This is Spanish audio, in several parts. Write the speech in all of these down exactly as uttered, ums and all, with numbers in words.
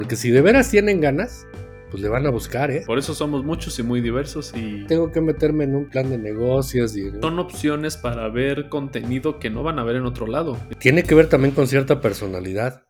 Porque si de veras tienen ganas, pues le van a buscar, ¿eh? Por eso somos muchos y muy diversos y... Tengo que meterme en un plan de negocios y... Son opciones para ver contenido que no van a ver en otro lado. Tiene que ver también con cierta personalidad.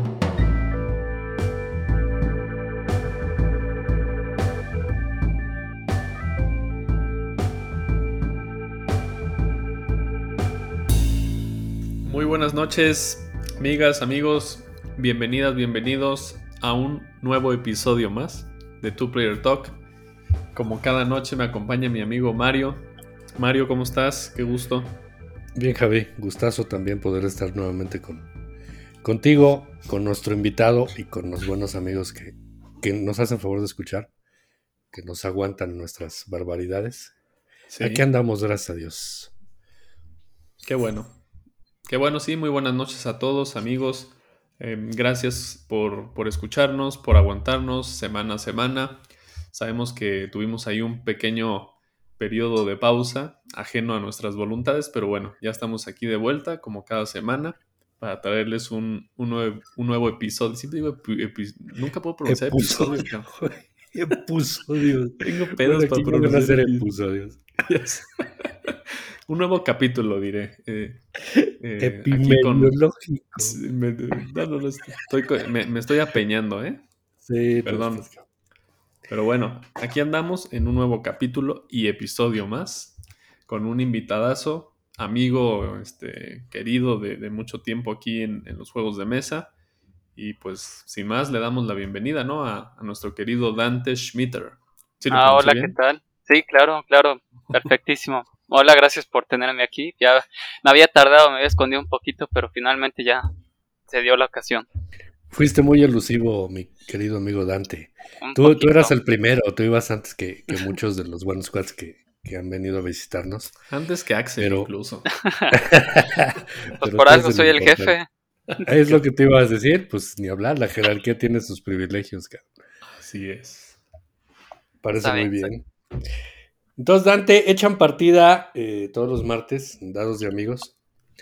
Muy buenas noches, amigas, amigos. Bienvenidas, bienvenidos a un nuevo episodio más de Two Player Talk. Como cada noche me acompaña mi amigo Mario. Mario, ¿cómo estás? Qué gusto. Bien, Javi, gustazo también poder estar nuevamente con, contigo, con nuestro invitado y con los buenos amigos que, que nos hacen favor de escuchar, que nos aguantan nuestras barbaridades. Sí. Aquí andamos, gracias a Dios. Qué bueno. Qué bueno, sí, muy buenas noches a todos, amigos. Eh, gracias por, por escucharnos, por aguantarnos semana a semana. Sabemos que tuvimos ahí un pequeño periodo de pausa, ajeno a nuestras voluntades, pero bueno, ya estamos aquí de vuelta, como cada semana, para traerles un, un, nuevo, un nuevo episodio. Siempre digo, epi, epi, nunca puedo pronunciar episodio. Episodios. Tengo pedos bueno, para pronunciar hacer episodios. Yes. Un nuevo capítulo, diré. Eh, eh, Epimediológico. Con... Me, no, no, no, estoy, me, me estoy apeñando, ¿eh? Sí, perdón. Pues, pero bueno, aquí andamos en un nuevo capítulo y episodio más, con un invitadazo, amigo este, querido de, de mucho tiempo aquí en, en los juegos de mesa. Y pues, sin más, le damos la bienvenida, ¿no? A, a nuestro querido Dante Schmitter. ¿Sí ah, hola, bien? ¿Qué tal? Sí, claro, claro, perfectísimo. Hola, gracias por tenerme aquí. Ya me había tardado, me había escondido un poquito, pero finalmente ya se dio la ocasión. Fuiste muy elusivo, mi querido amigo Dante. Tú, tú eras el primero, tú ibas antes que, que muchos de los buenos squads que, que han venido a visitarnos. Antes que Axel, pero... incluso. Pues por algo soy el jefe. Es lo que te ibas a decir, pues ni hablar, la jerarquía tiene sus privilegios, cabrón. Así es. Parece muy bien. Entonces, Dante, echan partida eh, todos los martes, dados de amigos.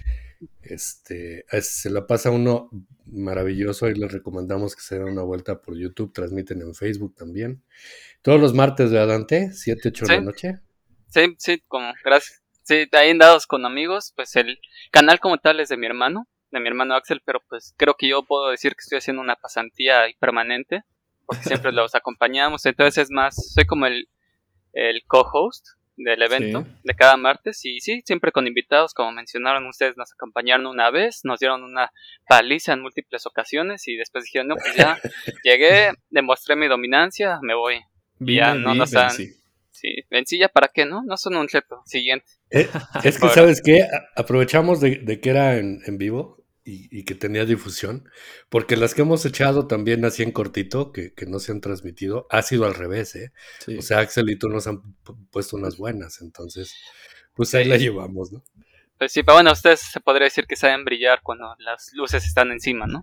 Este, se la pasa uno maravilloso y les recomendamos que se den una vuelta por YouTube, transmiten en Facebook también. Todos los martes, ¿verdad, Dante? siete, ocho sí. de la noche. Sí, sí, como, gracias. Sí, ahí en Dados con Amigos, pues el canal como tal es de mi hermano, de mi hermano Axel, pero pues creo que yo puedo decir que estoy haciendo una pasantía permanente, porque siempre los acompañamos, entonces es más, soy como el, el co-host del evento, sí. de cada martes, y sí, siempre con invitados, como mencionaron ustedes, nos acompañaron una vez, nos dieron una paliza en múltiples ocasiones, y después dijeron, no, pues ya llegué, demostré mi dominancia, me voy. Vine, ya no vi, nos han... vencí. Sí, vencilla, ¿para qué, no? No son un reto. Siguiente. Eh, es que, ¿sabes qué? Aprovechamos de, de que era en, en vivo y, y que tenía difusión, porque las que hemos echado también así en cortito, que, que no se han transmitido, ha sido al revés, ¿eh? Sí. O sea, Axel y tú nos han puesto unas buenas, entonces, pues ahí sí. la llevamos, ¿no? Pues sí, pero bueno, ustedes se podría decir que saben brillar cuando las luces están encima, ¿no?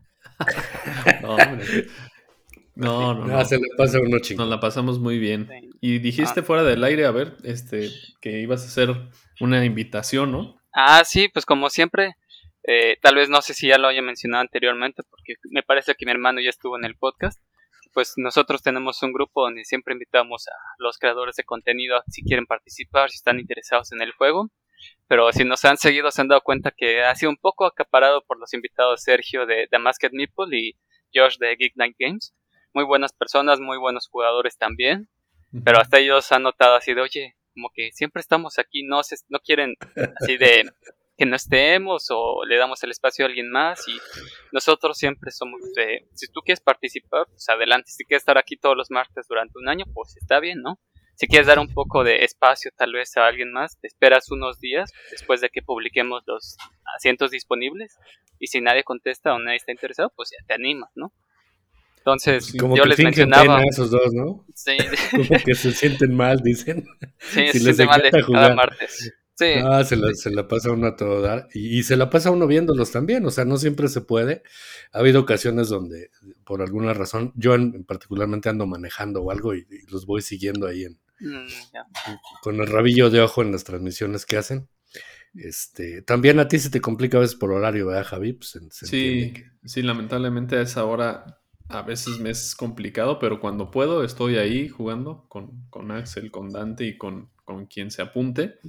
No, hombre. No, no, no. no. Se le pasa uno chingón. Nos la pasamos muy bien. Sí. Y dijiste ah. fuera del aire, a ver, este, que ibas a hacer una invitación, ¿no? Ah, sí, pues como siempre, eh, tal vez no sé si ya lo haya mencionado anteriormente, porque me parece que mi hermano ya estuvo en el podcast. Pues nosotros tenemos un grupo donde siempre invitamos a los creadores de contenido si quieren participar, si están interesados en el juego. Pero si nos han seguido, se han dado cuenta que ha sido un poco acaparado por los invitados Sergio de The Masked Meeple y Josh de Geek Night Games. Muy buenas personas, muy buenos jugadores también, uh-huh. pero hasta ellos han notado así de, oye, como que siempre estamos aquí, no se, no quieren así de que no estemos o le damos el espacio a alguien más, y nosotros siempre somos de, si tú quieres participar, pues adelante, si quieres estar aquí todos los martes durante un año, pues está bien, ¿no? Si quieres dar un poco de espacio tal vez a alguien más, te esperas unos días después de que publiquemos los asientos disponibles, y si nadie contesta o nadie está interesado, pues ya te animas, ¿no? Entonces, como yo que les mencionaba. Pena esos dos, ¿no? Sí. Como que se sienten mal, dicen. Sí, si se les siente mal de jugar. cada martes. Sí. Ah, se la, se la pasa uno a todo dar. Y, y se la pasa uno viéndolos también. O sea, no siempre se puede. Ha habido ocasiones donde, por alguna razón, yo en, en particularmente ando manejando o algo y, y los voy siguiendo ahí en, mm, yeah. con el rabillo de ojo en las transmisiones que hacen. Este, también a ti se te complica a veces por horario, ¿verdad, Javi? Pues se, se sí, que... sí, lamentablemente a esa hora A veces me es complicado, pero cuando puedo estoy ahí jugando con, con Axel, con Dante y con, con quien se apunte.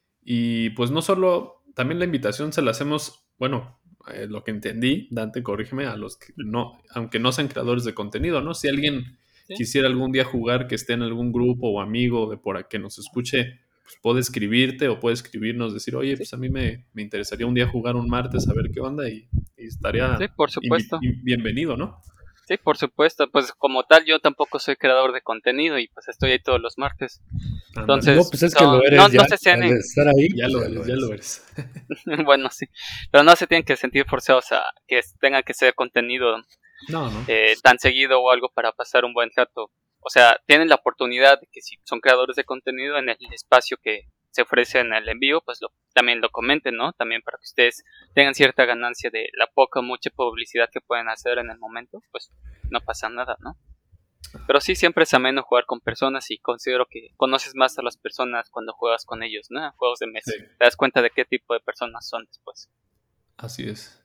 Y pues no solo, también la invitación se la hacemos, bueno, eh, lo que entendí, Dante, corrígeme, a los que no, aunque no sean creadores de contenido, ¿no? Si alguien ¿Sí? quisiera algún día jugar, que esté en algún grupo o amigo de por aquí que nos escuche, pues puede escribirte o puede escribirnos, decir, oye, Sí, pues a mí me, me interesaría un día jugar un martes a ver qué onda y, y sí, estaría por invi- supuesto. bienvenido, ¿no? Sí, por supuesto. Pues como tal, yo tampoco soy creador de contenido y pues estoy ahí todos los martes. Ándale. No, Entonces, pues es que lo son, no, eres ya. no se sean, Al estar ahí, Ya pues lo ya lo eres, ya lo eres. eres. bueno, sí, pero no se tienen que sentir forzados a que tengan que ser contenido No, no. eh, tan seguido o algo para pasar un buen rato. O sea, tienen la oportunidad de que si son creadores de contenido en el espacio que se ofrece en el envío, pues lo, también lo comenten, ¿no? También para que ustedes tengan cierta ganancia de la poca o mucha publicidad que pueden hacer en el momento, pues no pasa nada, ¿no? Pero sí, siempre es ameno jugar con personas y considero que conoces más a las personas cuando juegas con ellos, ¿no? Juegos de mesa. Sí, Te das cuenta de qué tipo de personas son después. así es.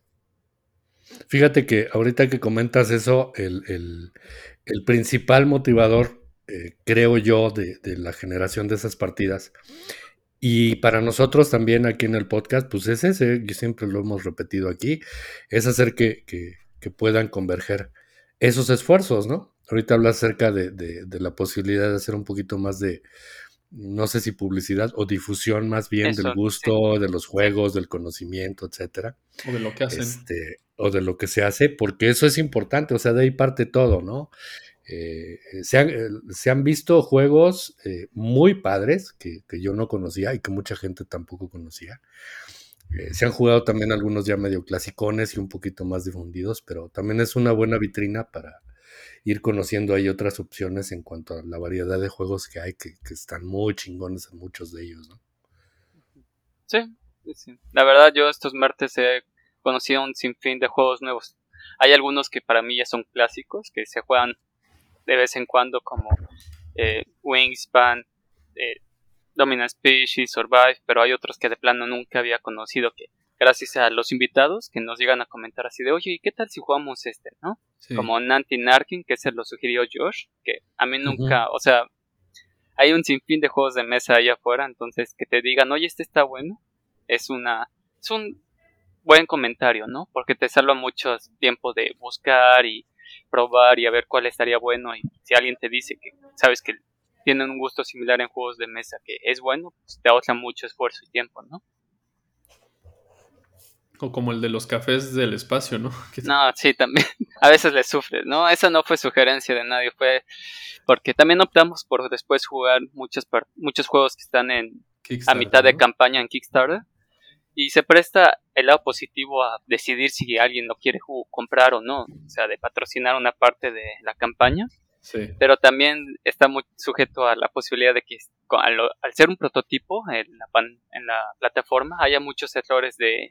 Fíjate que ahorita que comentas eso, el, el- el principal motivador, eh, creo yo, de, de la generación de esas partidas, y para nosotros también aquí en el podcast, pues es ese, y siempre lo hemos repetido aquí, es hacer que, que- que puedan converger esos esfuerzos, ¿no? Ahorita hablas acerca de, de- de la posibilidad de hacer un poquito más de, no sé si publicidad o difusión más bien del Eso, sí, gusto, de los sí, juegos, del conocimiento, etcétera, O de lo que hacen. este, o de lo que se hace, porque eso es importante, o sea, de ahí parte todo, ¿no? Eh, se, han, eh, se han visto juegos eh, muy padres que, que yo no conocía y que mucha gente tampoco conocía. Eh, se han jugado también algunos ya medio clasicones y un poquito más difundidos, pero también es una buena vitrina para ir conociendo ahí otras opciones en cuanto a la variedad de juegos que hay, que, que están muy chingones en muchos de ellos, ¿no? sí, sí, sí. La verdad, yo estos martes he conocido un sinfín de juegos nuevos. Hay algunos que para mí ya son clásicos, que se juegan de vez en cuando, como eh, Wingspan, eh, Dominant Species, Survive, pero hay otros que de plano nunca había conocido, que gracias a los invitados que nos llegan a comentar así de, oye, ¿y qué tal si jugamos este, no? Sí. Como Nanti Narkin, que se lo sugirió Josh, que a mí nunca, Ujú. o sea, hay un sinfín de juegos de mesa allá afuera, entonces que te digan, oye, este está bueno, es una, es un buen comentario, ¿no? Porque te salva mucho tiempo de buscar y probar y a ver cuál estaría bueno, y si alguien te dice que sabes que tienen un gusto similar en juegos de mesa que es bueno, pues te ahorra mucho esfuerzo y tiempo, ¿no? O como el de los cafés del espacio, ¿no? Que- No, sí, también a veces le sufres, ¿no? Esa no fue sugerencia de nadie, fue porque también optamos por después jugar muchos, par- muchos juegos que están en a Kickstarter, mitad de ¿no? campaña en Kickstarter, y se presta el lado positivo a decidir si alguien lo quiere ju- comprar o no, o sea, de patrocinar una parte de la campaña, Sí. pero también está muy sujeto a la posibilidad de que co- al, al ser un prototipo en la, pan- en la plataforma haya muchos errores de,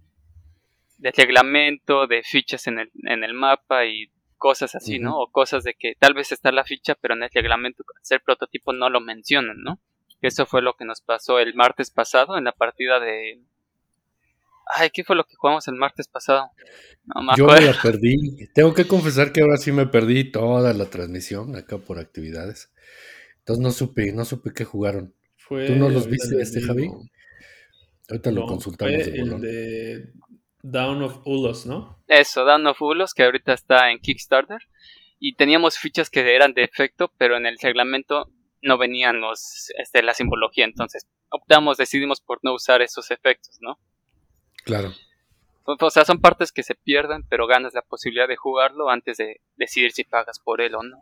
de reglamento, de fichas en el, en el mapa y cosas así, ¿no? Ujú. O cosas de que tal vez está la ficha, pero en el reglamento, al ser prototipo, no lo mencionan, ¿no? Eso fue lo que nos pasó el martes pasado en la partida de... Ay, ¿qué fue lo que jugamos el martes pasado? No me Yo me acuerdo. la perdí. Tengo que confesar que ahora sí me perdí toda la transmisión acá por actividades. Entonces no supe, no supe qué jugaron. ¿Tú no Fue, los ahorita viste, les este Javi? digo, Ahorita lo no, fue consultamos de el bolón. de Down of Ulos, ¿no? Eso, Dawn of Ulos, que ahorita está en Kickstarter. Y teníamos fichas que eran de efecto, pero en el reglamento no venían los, este, la simbología. Entonces optamos, decidimos por no usar esos efectos, ¿no? Claro. O sea, son partes que se pierden, pero ganas la posibilidad de jugarlo antes de decidir si pagas por él o no.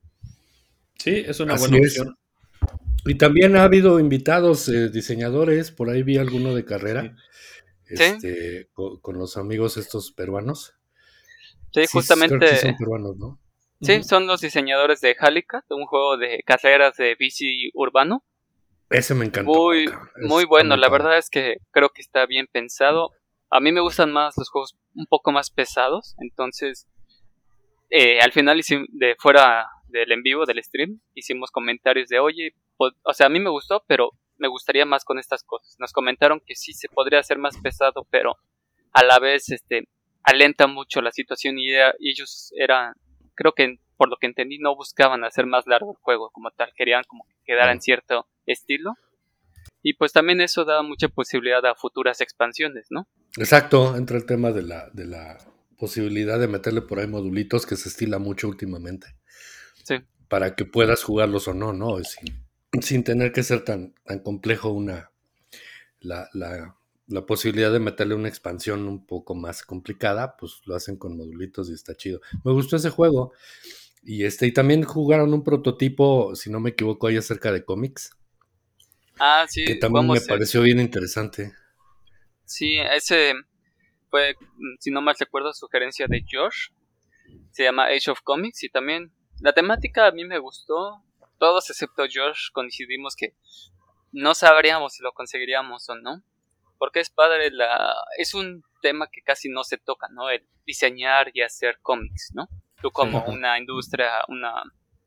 Sí, es una Así buena es. opción. Y también ha habido invitados, eh, diseñadores, por ahí vi alguno de carrera, Sí. Sí, este, co- con, los amigos estos peruanos. sí, Sí, s- creo que sí justamente, son peruanos, ¿no? sí, Ujú. son los diseñadores de Halicat, un juego de carreras de bici urbano. Ese me encantó, Muy, cabrón. muy Está bueno, muy la padre. verdad es que creo que está bien pensado. A mí me gustan más los juegos un poco más pesados, entonces eh, al final hicim- de fuera del en vivo, del stream, hicimos comentarios de, oye, po- o sea, a mí me gustó, pero me gustaría más con estas cosas. Nos comentaron que sí se podría hacer más pesado, pero a la vez este alenta mucho la situación y, era- y ellos eran creo que por lo que entendí no buscaban hacer más largo el juego como tal, querían como que quedara en cierto estilo. Y pues también eso da mucha posibilidad a futuras expansiones, ¿no? Exacto, entra el tema de la, de la posibilidad de meterle por ahí modulitos que se estila mucho últimamente. Sí. Para que puedas jugarlos o no, ¿no? Sin, sin tener que ser tan, tan complejo una la, la, la posibilidad de meterle una expansión un poco más complicada, pues lo hacen con modulitos y está chido. Me gustó ese juego. Y este, y también jugaron un prototipo, si no me equivoco, ahí acerca de cómics. Ah, sí, Que también me jugamos el... pareció bien interesante. Sí, ese fue, si no mal recuerdo, sugerencia de Josh. Se llama Age of Comics y también la temática a mí me gustó. Todos excepto Josh coincidimos que no sabríamos si lo conseguiríamos o no. Porque es padre, la es un tema que casi no se toca, ¿no? El diseñar y hacer cómics, ¿no? Tú como Sí. una industria, una...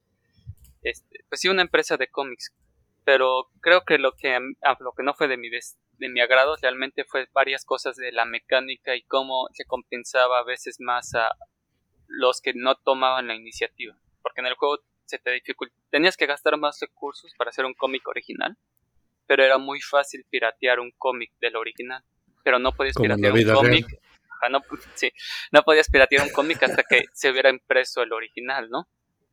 Este, pues sí, una empresa de cómics. Pero creo que lo que, a lo que no fue de mi, des, de mi agrado realmente fue varias cosas de la mecánica y cómo se compensaba a veces más a los que no tomaban la iniciativa. Porque en el juego se te dificulta. Tenías que gastar más recursos para hacer un cómic original, pero era muy fácil piratear un cómic del original. Pero no podías Como en la piratear un vida cómic. real. Ajá, no, sí, no podías piratear un cómic hasta que se hubiera impreso el original, ¿no?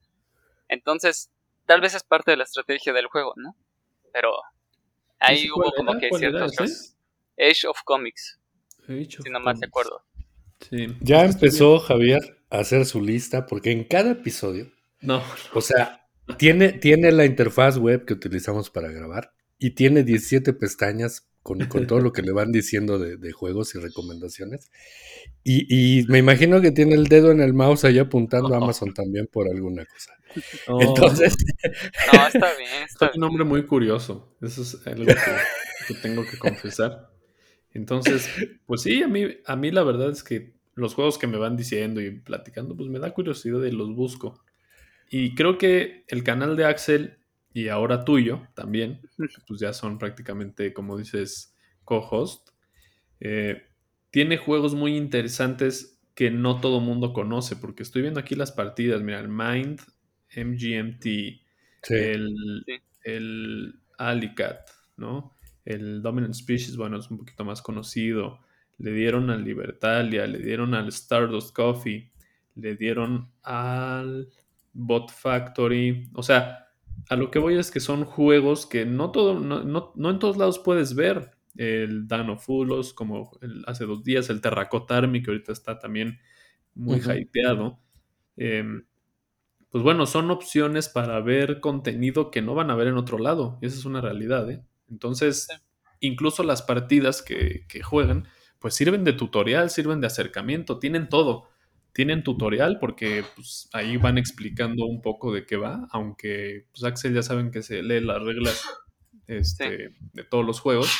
Entonces, tal vez es parte de la estrategia del juego, ¿no? Pero ahí ¿Ese cuál hubo como era? que ¿Cuál era ciertos ese? casos. Age of Comics, Age of si no mal Comics. recuerdo. Sí. Ya Es que estoy empezó bien. Javier a hacer su lista, porque en cada episodio, No, o sea, tiene, tiene la interfaz web que utilizamos para grabar y tiene diecisiete pestañas con, con todo lo que le van diciendo de, de juegos y recomendaciones. Y, y me imagino que tiene el dedo en el mouse ahí apuntando a Amazon también por alguna cosa. no, Entonces, No, está bien, soy está un bien. hombre muy curioso. Eso es algo que, que tengo que confesar. Entonces, pues sí, a mí, a mí la verdad es que los juegos que me van diciendo y platicando, pues me da curiosidad y los busco. Y creo que el canal de Axel y ahora tuyo también, porque pues ya son prácticamente, como dices, co-host, eh, tiene juegos muy interesantes que no todo mundo conoce, porque estoy viendo aquí las partidas, mira, el Mind, M G M T, sí. el, Sí. el Alicat, ¿no? El Dominant Species, bueno, es un poquito más conocido. Le dieron al Libertalia, le dieron al Stardust Coffee, le dieron al Bot Factory. O sea, a lo que voy es que son juegos que no, todo, no, no, no en todos lados puedes ver. El Danofulos, como el, hace dos días, el Terracotta Army, que ahorita está también muy Ujú. hypeado. Eh, pues bueno, son opciones para ver contenido que no van a ver en otro lado. Y esa es una realidad, ¿eh? Sí. Entonces, incluso las partidas que, que juegan, pues sirven de tutorial, sirven de acercamiento, tienen todo. Tienen tutorial porque pues, ahí van explicando un poco de qué va, aunque pues, Axel ya saben que se lee las reglas Sí. este, de todos los juegos,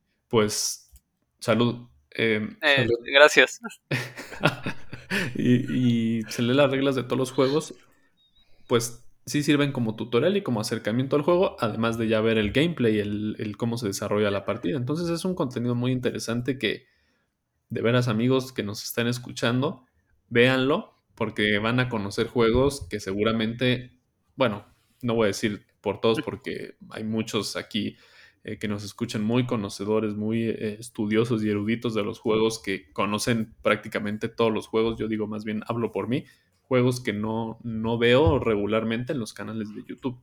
pues salud. Eh, Eh, Salud. gracias. y, y se lee las reglas de todos los juegos, pues sí sirven como tutorial y como acercamiento al juego, además de ya ver el gameplay, el, el cómo se desarrolla la partida. Entonces es un contenido muy interesante que, de veras amigos que nos están escuchando, véanlo, porque van a conocer juegos que seguramente, bueno, no voy a decir por todos porque hay muchos aquí eh, que nos escuchan muy conocedores, muy eh, estudiosos y eruditos de los juegos, que conocen prácticamente todos los juegos. Yo digo, más bien hablo por mí, juegos que no, no veo regularmente en los canales de YouTube.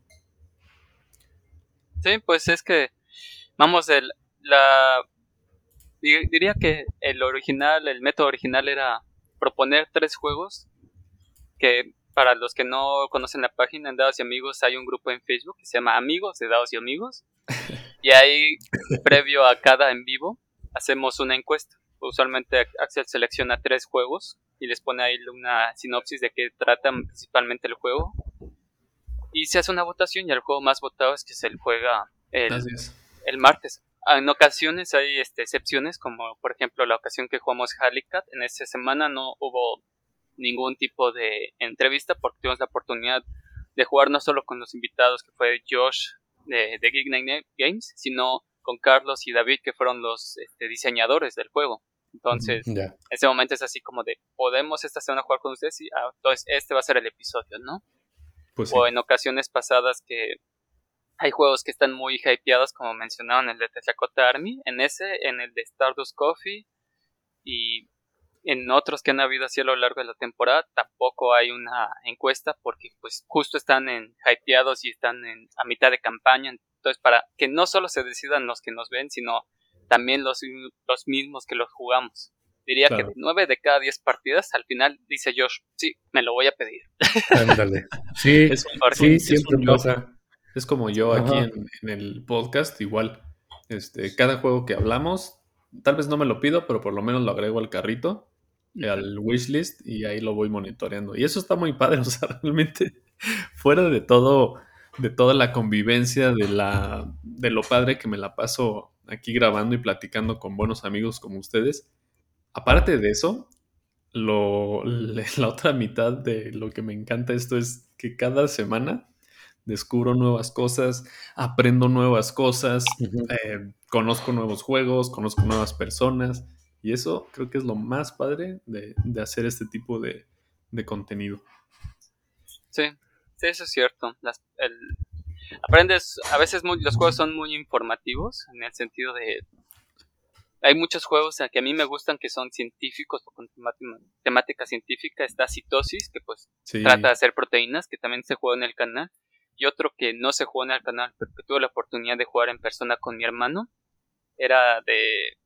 Sí, pues es que, vamos, el, la, di- diría que el original, el método original era proponer tres juegos que para los que no conocen la página en Dados y Amigos hay un grupo en Facebook que se llama Amigos de Dados y Amigos y ahí previo a cada en vivo hacemos una encuesta. Usualmente Axel selecciona tres juegos y les pone ahí una sinopsis de qué trata principalmente el juego y se hace una votación y el juego más votado es que se juega el, Así es. el martes. En ocasiones hay este, excepciones, como por ejemplo la ocasión que jugamos Halicat. En esa semana no hubo ningún tipo de entrevista porque tuvimos la oportunidad de jugar no solo con los invitados que fue Josh de, de Geek Night Games, sino con Carlos y David que fueron los este, diseñadores del juego. Entonces, yeah. ese momento es así como de, ¿podemos esta semana jugar con ustedes? Y, ah, entonces, este va a ser el episodio, ¿no? Pues sí. O en ocasiones pasadas que hay juegos que están muy hypeados, como mencionaron, el de Terracotta Army, en ese, en el de Stardust Coffee, y en otros que han habido así a lo largo de la temporada, tampoco hay una encuesta, porque pues justo están en hypeados y están en, a mitad de campaña. Entonces, para que no solo se decidan los que nos ven, sino también los, los mismos que los jugamos. Diría Claro. que de nueve de cada diez partidas, al final dice Josh, sí, me lo voy a pedir. Ándale. Sí, Es un- sí, es siempre un yo. pasa. Es como yo Ajá. aquí en, en el podcast, igual. Este, cada juego que hablamos, tal vez no me lo pido, pero por lo menos lo agrego al carrito, al wishlist, y ahí lo voy monitoreando. Y eso está muy padre, o sea, realmente, fuera de todo, de toda la convivencia, de la, de lo padre que me la paso aquí grabando y platicando con buenos amigos como ustedes. Aparte de eso, lo, la otra mitad de lo que me encanta esto es que cada semana descubro nuevas cosas, aprendo nuevas cosas, Ujú. eh, conozco nuevos juegos, conozco nuevas personas, y eso creo que es lo más padre de, de hacer este tipo de, de contenido. Sí, sí, eso es cierto. Las, el, aprendes, a veces muy, los juegos son muy informativos, en el sentido de, hay muchos juegos que a mí me gustan que son científicos o con temática, temática científica. Está Citosis, que pues Sí. trata de hacer proteínas, que también se juega en el canal. Y otro que no se jugó en el canal, pero que tuve la oportunidad de jugar en persona con mi hermano, era de...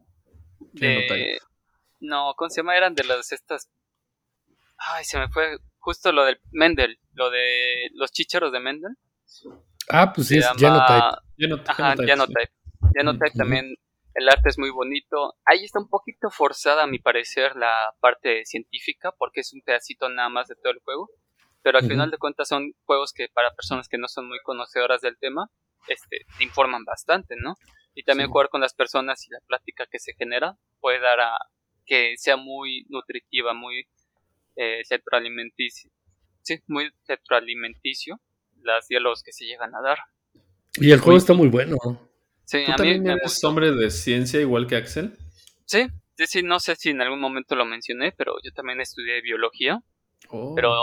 de no, ¿cómo se llama? Eran de las estas... Ay, se me fue justo lo del Mendel, lo de los chícharos de Mendel. Ah, pues sí, Se es llama... Genotype. Genot- Ajá, Genotype, Genotype. Genotype Ujú. también, el arte es muy bonito. Ahí está un poquito forzada, a mi parecer, la parte científica, porque es un pedacito nada más de todo el juego. Pero al Ujú. final de cuentas son juegos que para personas que no son muy conocedoras del tema, este, te informan bastante, ¿no? Y también Sí. jugar con las personas y la plática que se genera puede dar a que sea muy nutritiva, muy eh, retroalimenticio. Sí, muy retroalimenticio los diálogos que se llegan a dar. Y el juego Oye, está muy bueno. Sí, ¿tú a mí también me eres gustó. hombre de ciencia igual que Axel? Sí, sí, sí, no sé si en algún momento lo mencioné, pero yo también estudié biología. Oh. Pero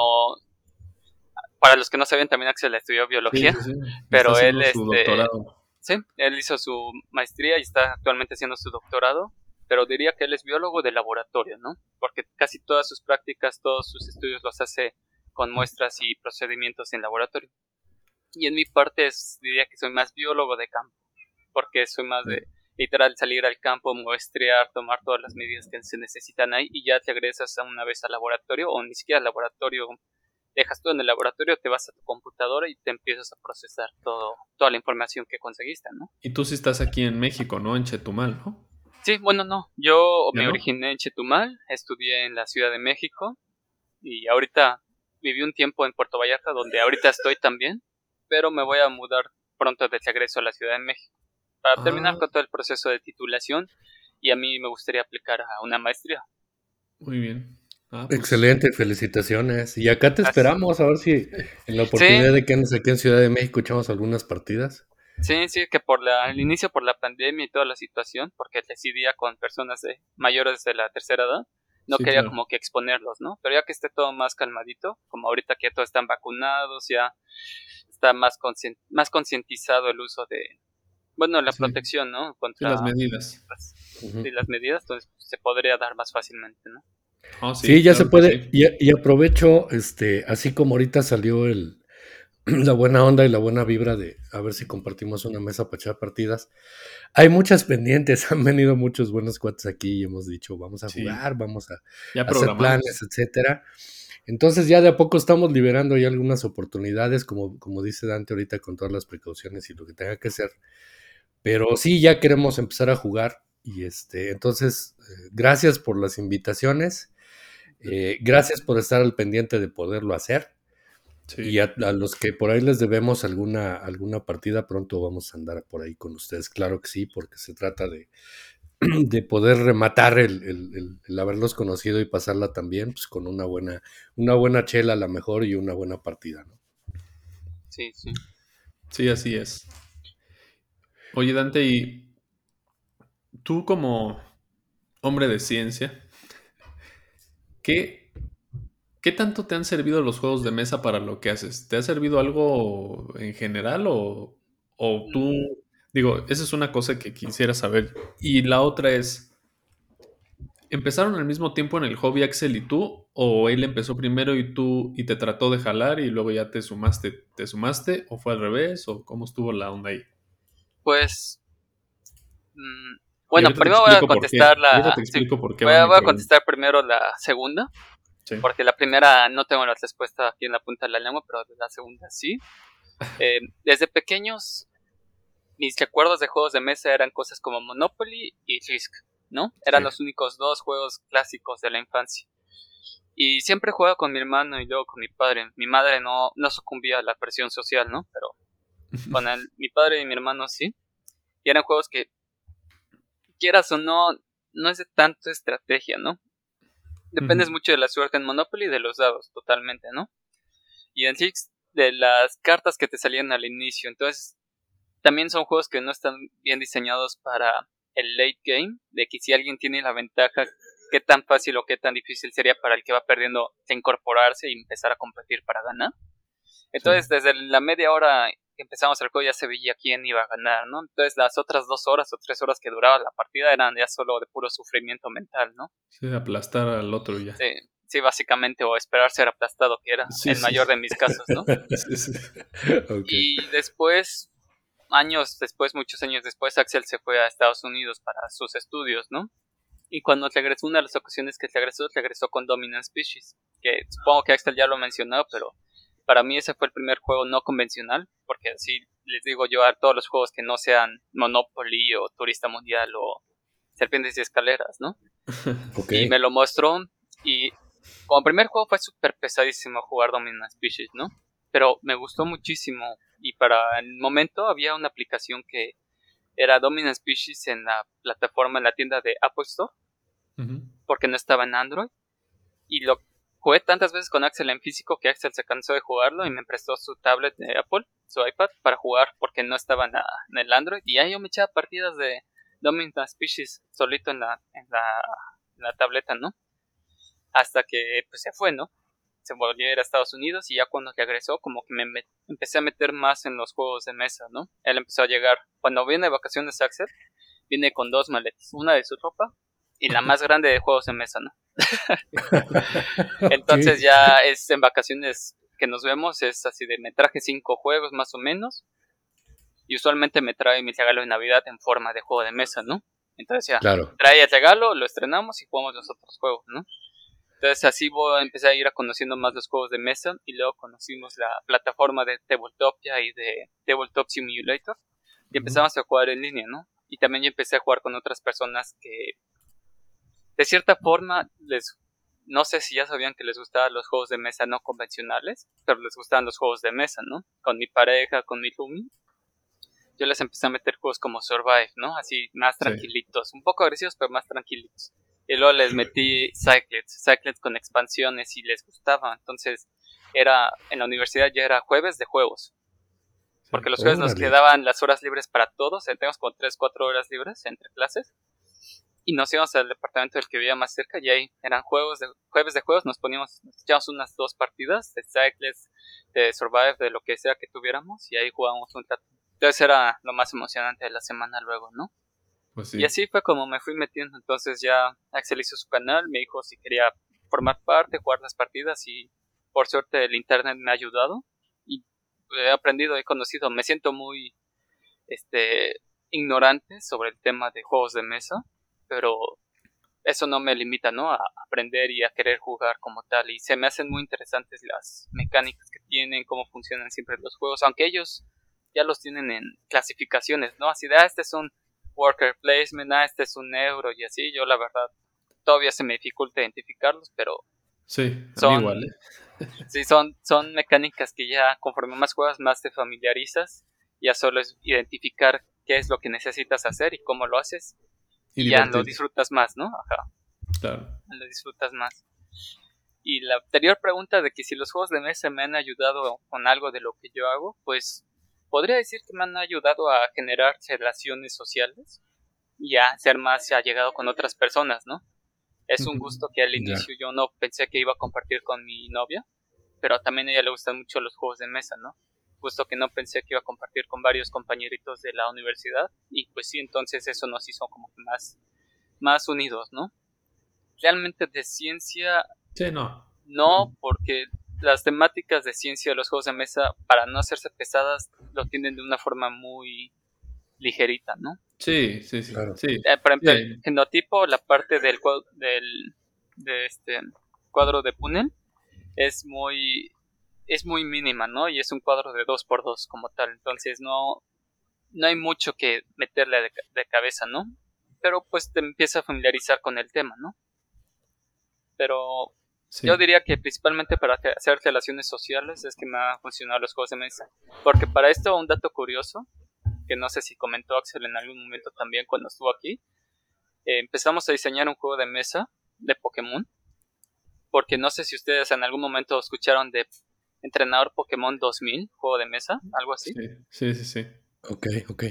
para los que no saben, también Axel estudió biología. Sí, sí, sí. Pero Está él, haciendo su este, doctorado. sí, él hizo su maestría y está actualmente haciendo su doctorado. Pero diría que él es biólogo de laboratorio, ¿no? Porque casi todas sus prácticas, todos sus estudios los hace con muestras y procedimientos en laboratorio. Y en mi parte es, diría que soy más biólogo de campo, porque soy más de literal salir al campo, muestrear, tomar todas las medidas que se necesitan ahí y ya te regresas a una vez al laboratorio, o ni siquiera al laboratorio, dejas todo en el laboratorio, te vas a tu computadora y te empiezas a procesar todo, toda la información que conseguiste, ¿no? Y tú sí estás aquí en México, ¿no? En Chetumal, ¿no? Sí, bueno, no, yo ¿Ya me no? originé en Chetumal, estudié en la Ciudad de México y ahorita viví un tiempo en Puerto Vallarta, donde ahorita estoy también, pero me voy a mudar pronto de regreso a la Ciudad de México para Ah. terminar con todo el proceso de titulación, y a mí me gustaría aplicar a una maestría. Muy bien. Ah, pues, Excelente, felicitaciones. Y acá te Gracias. esperamos a ver si en la oportunidad Sí. de que andes aquí en Ciudad de México echamos algunas partidas. Sí, sí, que por la, al inicio por la pandemia y toda la situación, porque residía con personas de, mayores de la tercera edad, no Sí, quería claro. como que exponerlos, ¿no? Pero ya que esté todo más calmadito, como ahorita que ya todos están vacunados, ya está más conscien- más concientizado el uso de, bueno, la Sí. protección, ¿no? Sí, Contra las medidas. las, Ujú. sí, las medidas, entonces se podría dar más fácilmente, ¿no? Oh, sí, Sí, ya claro se que puede. sí. Y, y aprovecho, este, así como ahorita salió el, la buena onda y la buena vibra de a ver si compartimos una mesa para echar partidas. Hay muchas pendientes, han venido muchos buenos cuates aquí y hemos dicho, vamos a Sí. jugar, vamos a Ya hacer programamos. planes, etcétera. Entonces ya de a poco estamos liberando ya algunas oportunidades, como, como dice Dante ahorita, con todas las precauciones y lo que tenga que hacer. Pero sí, ya queremos empezar a jugar. Y este, entonces, eh, gracias por las invitaciones. Eh, gracias por estar al pendiente de poderlo hacer. Sí. Y a, a los que por ahí les debemos alguna, alguna partida, pronto vamos a andar por ahí con ustedes. Claro que sí, porque se trata de, de poder rematar el, el, el, el haberlos conocido y pasarla también, pues con una buena, una buena chela a la mejor y una buena partida, ¿no? Sí, sí. Sí, así es. Oye, Dante, y tú como, hombre de ciencia, ¿qué, ¿qué tanto te han servido los juegos de mesa para lo que haces? ¿Te ha servido algo en general o, o tú, Mm, digo, esa es una cosa que quisiera saber. Y la otra es, ¿empezaron al mismo tiempo en el hobby Axel y tú? ¿O él empezó primero y tú y te trató de jalar y luego ya te sumaste, te sumaste? ¿O fue al revés? ¿O cómo estuvo la onda ahí? pues, mm, Y bueno, ahorita te primero voy a explico por contestar qué. Ahorita la, te sí, explico por qué voy va a, mi voy a pregunta. contestar primero la segunda, Sí. porque la primera no tengo la respuesta aquí en la punta de la lengua, pero la segunda sí. Eh, desde pequeños, mis recuerdos de juegos de mesa eran cosas como Monopoly y Risk, ¿no? Eran Sí. los únicos dos juegos clásicos de la infancia. Y siempre jugaba con mi hermano y luego con mi padre. Mi madre no, no sucumbía a la presión social, ¿no? Pero con el, mi padre y mi hermano sí. Y eran juegos que, quieras o no, no es de tanto estrategia, ¿no? Dependes Ujú. mucho de la suerte en Monopoly y de los dados, totalmente, ¿no? Y en Risk, de las cartas que te salían al inicio. Entonces, también son juegos que no están bien diseñados para el late game, de que si alguien tiene la ventaja, qué tan fácil o qué tan difícil sería para el que va perdiendo de incorporarse y empezar a competir para ganar. Sí. Entonces, desde la media hora que empezamos el juego ya se veía quién iba a ganar, ¿no? Entonces, las otras dos horas o tres horas que duraba la partida eran ya solo de puro sufrimiento mental, ¿no? Sí, aplastar al otro y ya. Sí, sí, básicamente, o esperar ser aplastado, que era Sí, el sí. mayor de mis casos, ¿no? Sí, sí. Ok. Y después, años después, muchos años después, Axel se fue a Estados Unidos para sus estudios, ¿no? Y cuando regresó, una de las ocasiones que regresó, regresó con Dominant Species, que supongo que Axel ya lo mencionó, pero para mí ese fue el primer juego no convencional, porque así les digo yo a todos los juegos que no sean Monopoly o Turista Mundial o Serpientes y Escaleras, ¿no? Ok. Y me lo mostró y como primer juego fue súper pesadísimo jugar Dominant Species, ¿no? Pero me gustó muchísimo y para el momento había una aplicación que era Dominant Species en la plataforma, en la tienda de Apple Store, Ujú. porque no estaba en Android. Y lo jugué tantas veces con Axel en físico que Axel se cansó de jugarlo y me prestó su tablet de Apple, su iPad, para jugar porque no estaba en, la, en el Android. Y ahí yo me echaba partidas de Dominant Species solito en la, en la, en la tableta, ¿no? Hasta que pues se fue, ¿no? Se volvió a ir a Estados Unidos y ya cuando regresó como que me met- empecé a meter más en los juegos de mesa, ¿no? Él empezó a llegar, cuando viene de vacaciones Axel, viene con dos maletas, una de su ropa y la más grande de juegos de mesa, ¿no? Ok. Entonces ya es en vacaciones que nos vemos, es así de me traje cinco juegos más o menos y usualmente me trae mi regalo de Navidad en forma de juego de mesa, ¿no? Entonces ya Claro. trae el regalo, lo estrenamos y jugamos los otros juegos, ¿no? Entonces así voy, empecé a ir a conociendo más los juegos de mesa y luego conocimos la plataforma de Tabletopia y de Tabletop Simulator y Ujú. empezamos a jugar en línea, ¿no? Y también yo empecé a jugar con otras personas que de cierta forma les no sé si ya sabían que les gustaban los juegos de mesa no convencionales, pero les gustaban los juegos de mesa, ¿no? Con mi pareja, con mi roomie, yo les empecé a meter juegos como Survive, ¿no? Así más Sí. tranquilitos, un poco agresivos, pero más tranquilitos. Y luego les metí Cyclades, Cyclades con expansiones y les gustaba. Entonces, era en la universidad ya era jueves de juegos. Sí. Porque los jueves nos Órale. quedaban las horas libres para todos, teníamos como tres, cuatro horas libres entre clases. Y nos íbamos al departamento del que vivía más cerca y ahí eran juegos de, jueves de juegos, nos poníamos, nos echábamos unas dos partidas de Cyclades, de Survive, de lo que sea que tuviéramos y ahí jugábamos un rato. Entonces era lo más emocionante de la semana luego, ¿no? Pues Y sí. así fue como me fui metiendo. Entonces ya Axel hizo su canal, me dijo si quería formar parte, jugar las partidas y por suerte el internet me ha ayudado y he aprendido, he conocido, me siento muy este ignorante sobre el tema de juegos de mesa, pero eso no me limita, ¿no? A aprender y a querer jugar como tal y se me hacen muy interesantes las mecánicas que tienen, cómo funcionan siempre los juegos, aunque ellos ya los tienen en clasificaciones, ¿no? Así de, ah, este es un worker placement, ah, este es un euro y así, yo la verdad todavía se me dificulta identificarlos, pero Sí, a mí son, igual, ¿eh? sí, son, son mecánicas que ya conforme más juegas, más te familiarizas, ya solo es identificar qué es lo que necesitas hacer y cómo lo haces, Y y ya lo divertirte. disfrutas más, ¿no? Ajá, Claro. lo disfrutas más. Y la anterior pregunta de que si los juegos de mesa me han ayudado con algo de lo que yo hago, pues podría decir que me han ayudado a generar relaciones sociales. ya ser más allegado con otras personas, ¿no? Es un gusto que al inicio yo no pensé que iba a compartir con mi novia, pero también a ella le gustan mucho los juegos de mesa, ¿no? Justo que no pensé que iba a compartir con varios compañeritos de la universidad, y pues sí, entonces eso nos hizo como que más, más unidos, ¿no? Realmente de ciencia, sí, no. no, porque las temáticas de ciencia de los juegos de mesa, para no hacerse pesadas, lo tienen de una forma muy ligerita, ¿no? Sí, sí, sí. Claro. sí. Eh, por ejemplo, Sí. el genotipo, la parte del, cuad- del de este cuadro de Punel es muy es muy mínima, ¿no? Y es un cuadro de dos por dos como tal, entonces no no hay mucho que meterle de, de cabeza, ¿no? Pero pues te empieza a familiarizar con el tema, ¿no? Pero Sí. yo diría que principalmente para hacer relaciones sociales es que me han funcionado los juegos de mesa. Porque para esto, un dato curioso, que no sé si comentó Axel en algún momento también cuando estuvo aquí, eh, empezamos a diseñar un juego de mesa de Pokémon. Porque no sé si ustedes en algún momento escucharon de Entrenador Pokémon dos mil, juego de mesa, algo así. Sí, sí, sí, sí. Ok, ok.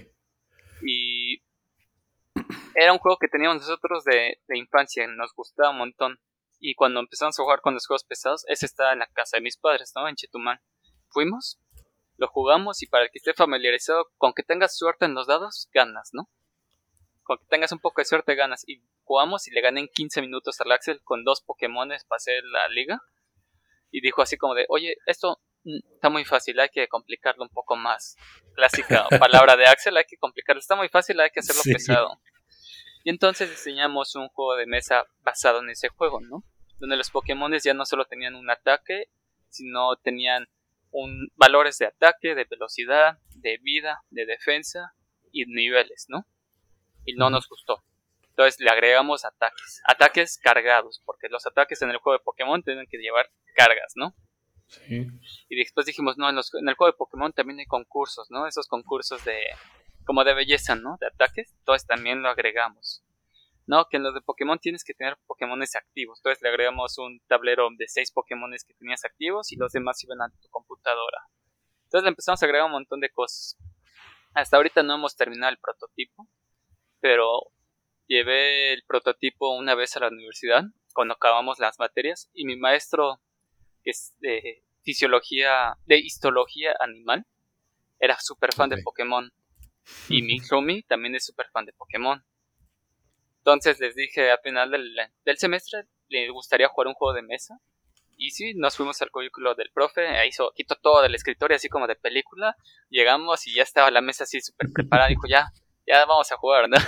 Y era un juego que teníamos nosotros de, de infancia, nos gustaba un montón. Y cuando empezamos a jugar con los juegos pesados, ese estaba en la casa de mis padres, ¿no? En Chetumal. Fuimos, lo jugamos, y para el que esté familiarizado, con que tengas suerte en los dados, ganas, ¿no? Con que tengas un poco de suerte, ganas. Y jugamos y le gané en quince minutos al Axel con dos Pokémones para hacer la liga. Y dijo así como de, oye, esto está muy fácil, hay que complicarlo un poco más. Clásica palabra de Axel, hay que complicarlo. Está muy fácil, hay que hacerlo Sí. pesado. Y entonces diseñamos un juego de mesa basado en ese juego, ¿no? Donde los Pokémones ya no solo tenían un ataque, sino tenían un, valores de ataque, de velocidad, de vida, de defensa y niveles, ¿no? Y no nos gustó. Entonces le agregamos ataques. Ataques cargados, porque los ataques en el juego de Pokémon tienen que llevar cargas, ¿no? Sí. Y después dijimos, no, en, los, en el juego de Pokémon también hay concursos, ¿no? Esos concursos de como de belleza, ¿no? De ataques. Entonces también lo agregamos. No, que en los de Pokémon tienes que tener Pokémones activos. Entonces le agregamos un tablero de seis Pokémones que tenías activos y los demás iban a tu computadora. Entonces le empezamos a agregar un montón de cosas. Hasta ahorita no hemos terminado el prototipo, pero llevé el prototipo una vez a la universidad cuando acabamos las materias, y mi maestro, que es de fisiología, de histología animal, era súper fan Ok. de Pokémon. Y mi roomie también es súper fan de Pokémon. Entonces les dije al final del, del semestre, le gustaría jugar un juego de mesa. Y sí, nos fuimos al cubículo del profe, hizo, quitó todo del escritorio así como de película. Llegamos y ya estaba la mesa así súper preparada. Dijo, ya, ya vamos a jugar, ¿no?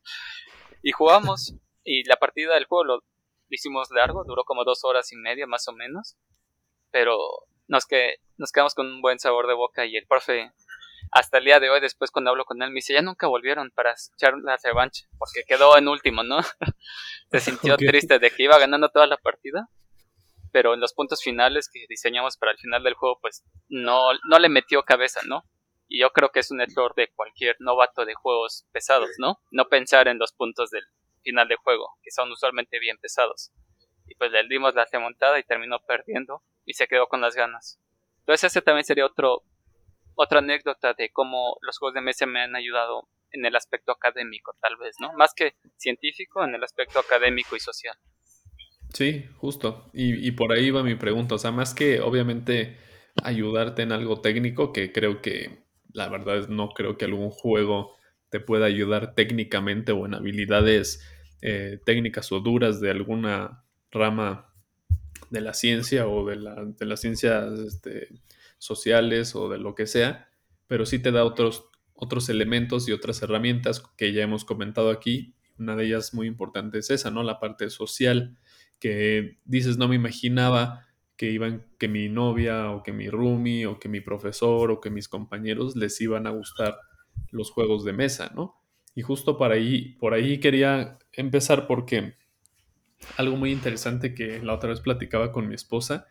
Y jugamos, y la partida del juego lo hicimos largo, duró como dos horas y media más o menos. Pero nos, que, nos quedamos con un buen sabor de boca, y el profe, hasta el día de hoy, después cuando hablo con él, me dice, ya nunca volvieron para echar la revancha, porque quedó en último, ¿no? Se sintió Ok. triste de que iba ganando toda la partida, pero en los puntos finales que diseñamos para el final del juego, pues no, no le metió cabeza, ¿no? Y yo creo que es un error de cualquier novato de juegos pesados, ¿no? No pensar en los puntos del final del juego, que son usualmente bien pesados. Y pues le dimos la remontada y terminó perdiendo y se quedó con las ganas. Entonces ese también sería otro otra anécdota de cómo los juegos de mesa me han ayudado en el aspecto académico, tal vez, ¿no? Más que científico, en el aspecto académico y social. Sí, justo. Y, y por ahí va mi pregunta. O sea, más que obviamente ayudarte en algo técnico, que creo que la verdad es no creo que algún juego te pueda ayudar técnicamente o en habilidades eh, técnicas o duras de alguna rama de la ciencia o de, la, de las ciencias este, sociales o de lo que sea, pero sí te da otros, otros elementos y otras herramientas que ya hemos comentado aquí. Una de ellas muy importante es esa, ¿no? La parte social, que dices, no me imaginaba que iban, que mi novia o que mi roomie o que mi profesor o que mis compañeros les iban a gustar los juegos de mesa, ¿no? Y justo por ahí, por ahí quería empezar porque algo muy interesante que la otra vez platicaba con mi esposa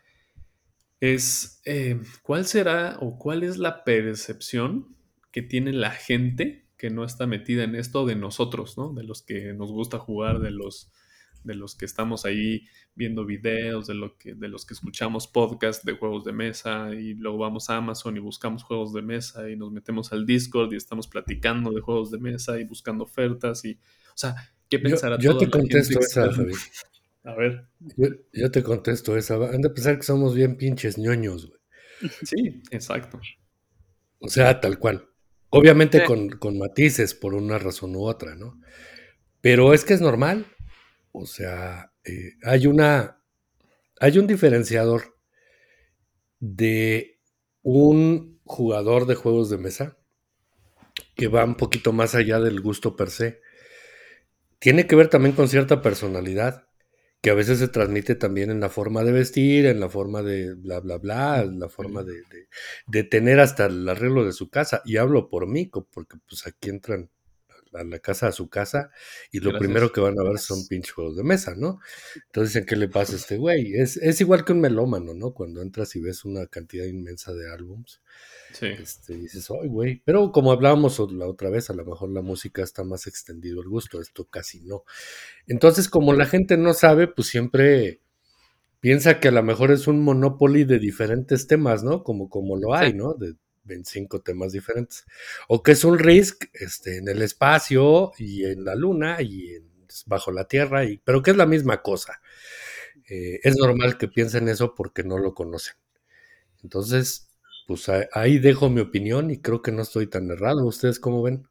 es eh, cuál será o cuál es la percepción que tiene la gente que no está metida en esto de nosotros, ¿no? De los que nos gusta jugar, de los, de los que estamos ahí viendo videos, de, lo que, de los que escuchamos podcast de juegos de mesa y luego vamos a Amazon y buscamos juegos de mesa y nos metemos al Discord y estamos platicando de juegos de mesa y buscando ofertas y, o sea, ¿qué Yo, pensará yo toda te la gente contesto esa, externa? Javi. A ver. Yo, yo te contesto esa. Han de pensar que somos bien pinches ñoños, güey. Sí, exacto. O sea, tal cual. Obviamente con, con matices por una razón u otra, ¿no? Pero es que es normal. O sea, eh, hay una. Hay un diferenciador de un jugador de juegos de mesa que va un poquito más allá del gusto per se. Tiene que ver también con cierta personalidad, que a veces se transmite también en la forma de vestir, en la forma de bla, bla, bla, en la forma de, de, de tener hasta el arreglo de su casa. Y hablo por mí, porque pues aquí entran a la casa, a su casa, y lo Gracias. primero que van a ver son pinches juegos de mesa, ¿no? Entonces dicen, ¿qué le pasa a este güey? Es, es igual que un melómano, ¿no? Cuando entras y ves una cantidad inmensa de álbums, Sí. este, dices, ¡ay, güey! Pero como hablábamos la otra vez, a lo mejor la música está más extendido el gusto, esto casi no. Entonces, como la gente no sabe, pues siempre piensa que a lo mejor es un Monopoly de diferentes temas, ¿no? Como, como lo hay, Sí. ¿no? De veinticinco temas diferentes. O que es un Risk este, en el espacio y en la luna y en, bajo la tierra, y, pero que es la misma cosa. Eh, es normal que piensen eso porque no lo conocen. Entonces, pues ahí dejo mi opinión y creo que no estoy tan errado. ¿Ustedes cómo ven?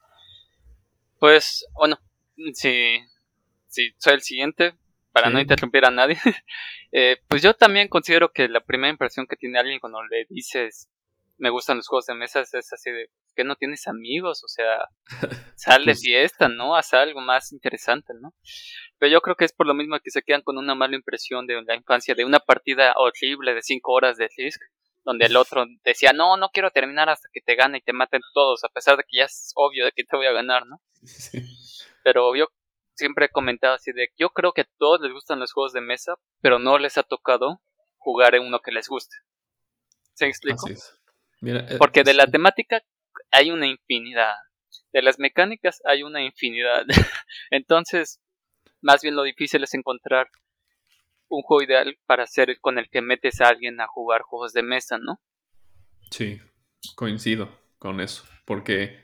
Pues, bueno, si, si soy el siguiente, para Sí. no interrumpir a nadie, eh, pues yo también considero que la primera impresión que tiene alguien cuando le dices me gustan los juegos de mesa es así de que no tienes amigos, o sea, sal de Pues- fiesta, ¿no? Haz algo más interesante, ¿no? Pero yo creo que es por lo mismo que se quedan con una mala impresión de la infancia, de una partida horrible de cinco horas de Risk, donde el otro decía, no, no quiero terminar hasta que te gane y te maten todos, a pesar de que ya es obvio de que te voy a ganar, ¿no? Sí. Pero yo siempre he comentado así de, yo creo que a todos les gustan los juegos de mesa, pero no les ha tocado jugar en uno que les guste. ¿Se me explico? Así es. Mira, eh, Porque de la sí. temática hay una infinidad, de las mecánicas hay una infinidad. Entonces, más bien lo difícil es encontrar un juego ideal para hacer con el que metes a alguien a jugar juegos de mesa, ¿no? Sí, coincido con eso, porque,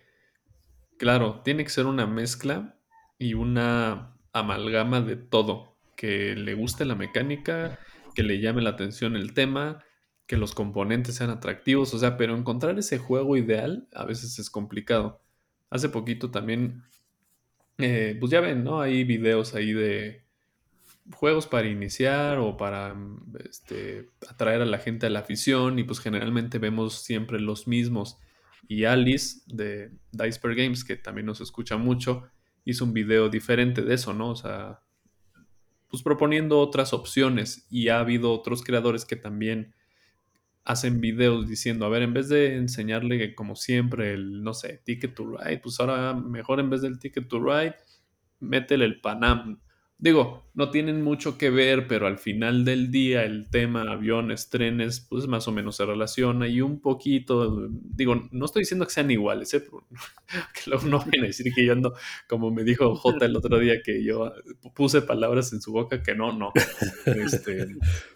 claro, tiene que ser una mezcla y una amalgama de todo, que le guste la mecánica, que le llame la atención el tema, que los componentes sean atractivos, o sea, pero encontrar ese juego ideal a veces es complicado. Hace poquito también, eh, pues ya ven, ¿no? Hay videos ahí de juegos para iniciar o para mm, este, atraer a la gente a la afición y pues generalmente vemos siempre los mismos. Y Alice de Diceper Games, que también nos escucha mucho, hizo un video diferente de eso, ¿no? O sea, pues proponiendo otras opciones y ha habido otros creadores que también hacen videos diciendo, a ver, en vez de enseñarle como siempre el, no sé, Ticket to Ride, pues ahora mejor en vez del Ticket to Ride, métele el Panam. Digo, no tienen mucho que ver, pero al final del día el tema aviones, trenes, pues más o menos se relaciona y un poquito, digo, no estoy diciendo que sean iguales, ¿eh? Pero que luego no viene a decir que yo ando, como me dijo J el otro día, que yo puse palabras en su boca que no, no. Este,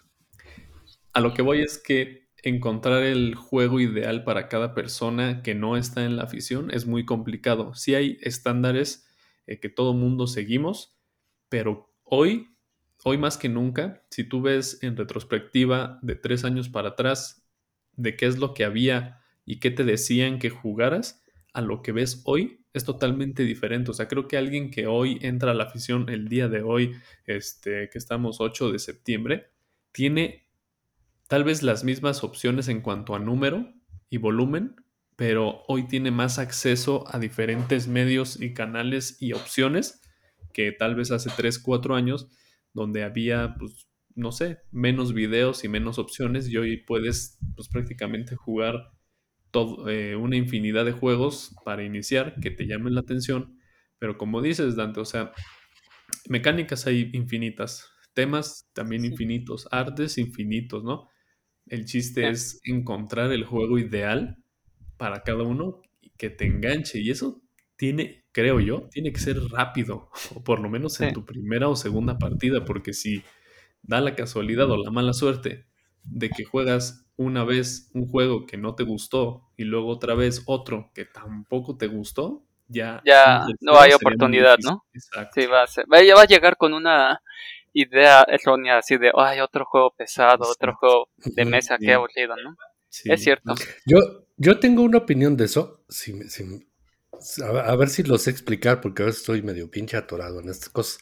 a lo que voy es que encontrar el juego ideal para cada persona que no está en la afición es muy complicado. Sí hay estándares eh, que todo mundo seguimos, pero hoy, hoy más que nunca, si tú ves en retrospectiva de tres años para atrás de qué es lo que había y qué te decían que jugaras, a lo que ves hoy es totalmente diferente. O sea, creo que alguien que hoy entra a la afición el día de hoy, este, que estamos ocho de septiembre, tiene tal vez las mismas opciones en cuanto a número y volumen, pero hoy tiene más acceso a diferentes medios y canales y opciones que tal vez hace tres cuatro años, donde había, pues, no sé, menos videos y menos opciones, y hoy puedes, pues, prácticamente jugar todo, eh, una infinidad de juegos para iniciar que te llamen la atención, pero como dices, Dante, o sea, mecánicas hay infinitas, temas también Sí. infinitos, artes infinitos, ¿no? El chiste Sí. es encontrar el juego ideal para cada uno y que te enganche. Y eso tiene, creo yo, tiene que ser rápido, o por lo menos en Sí. tu primera o segunda partida, porque si da la casualidad o la mala suerte de que juegas una vez un juego que no te gustó y luego otra vez otro que tampoco te gustó, ya un Ya no tercero hay sería muy oportunidad, difícil. ¿no? Exacto. Sí, va a ser, va- ya va a llegar con una idea errónea así de, ay, otro juego pesado, otro Exacto. juego de Ujú. mesa, qué Sí, aburrido, ¿no? Es sí. cierto. No sé. Yo, yo tengo una opinión de eso. Si, me- si me- a, a ver si lo sé explicar, porque a veces estoy medio pinche atorado en estas cosas.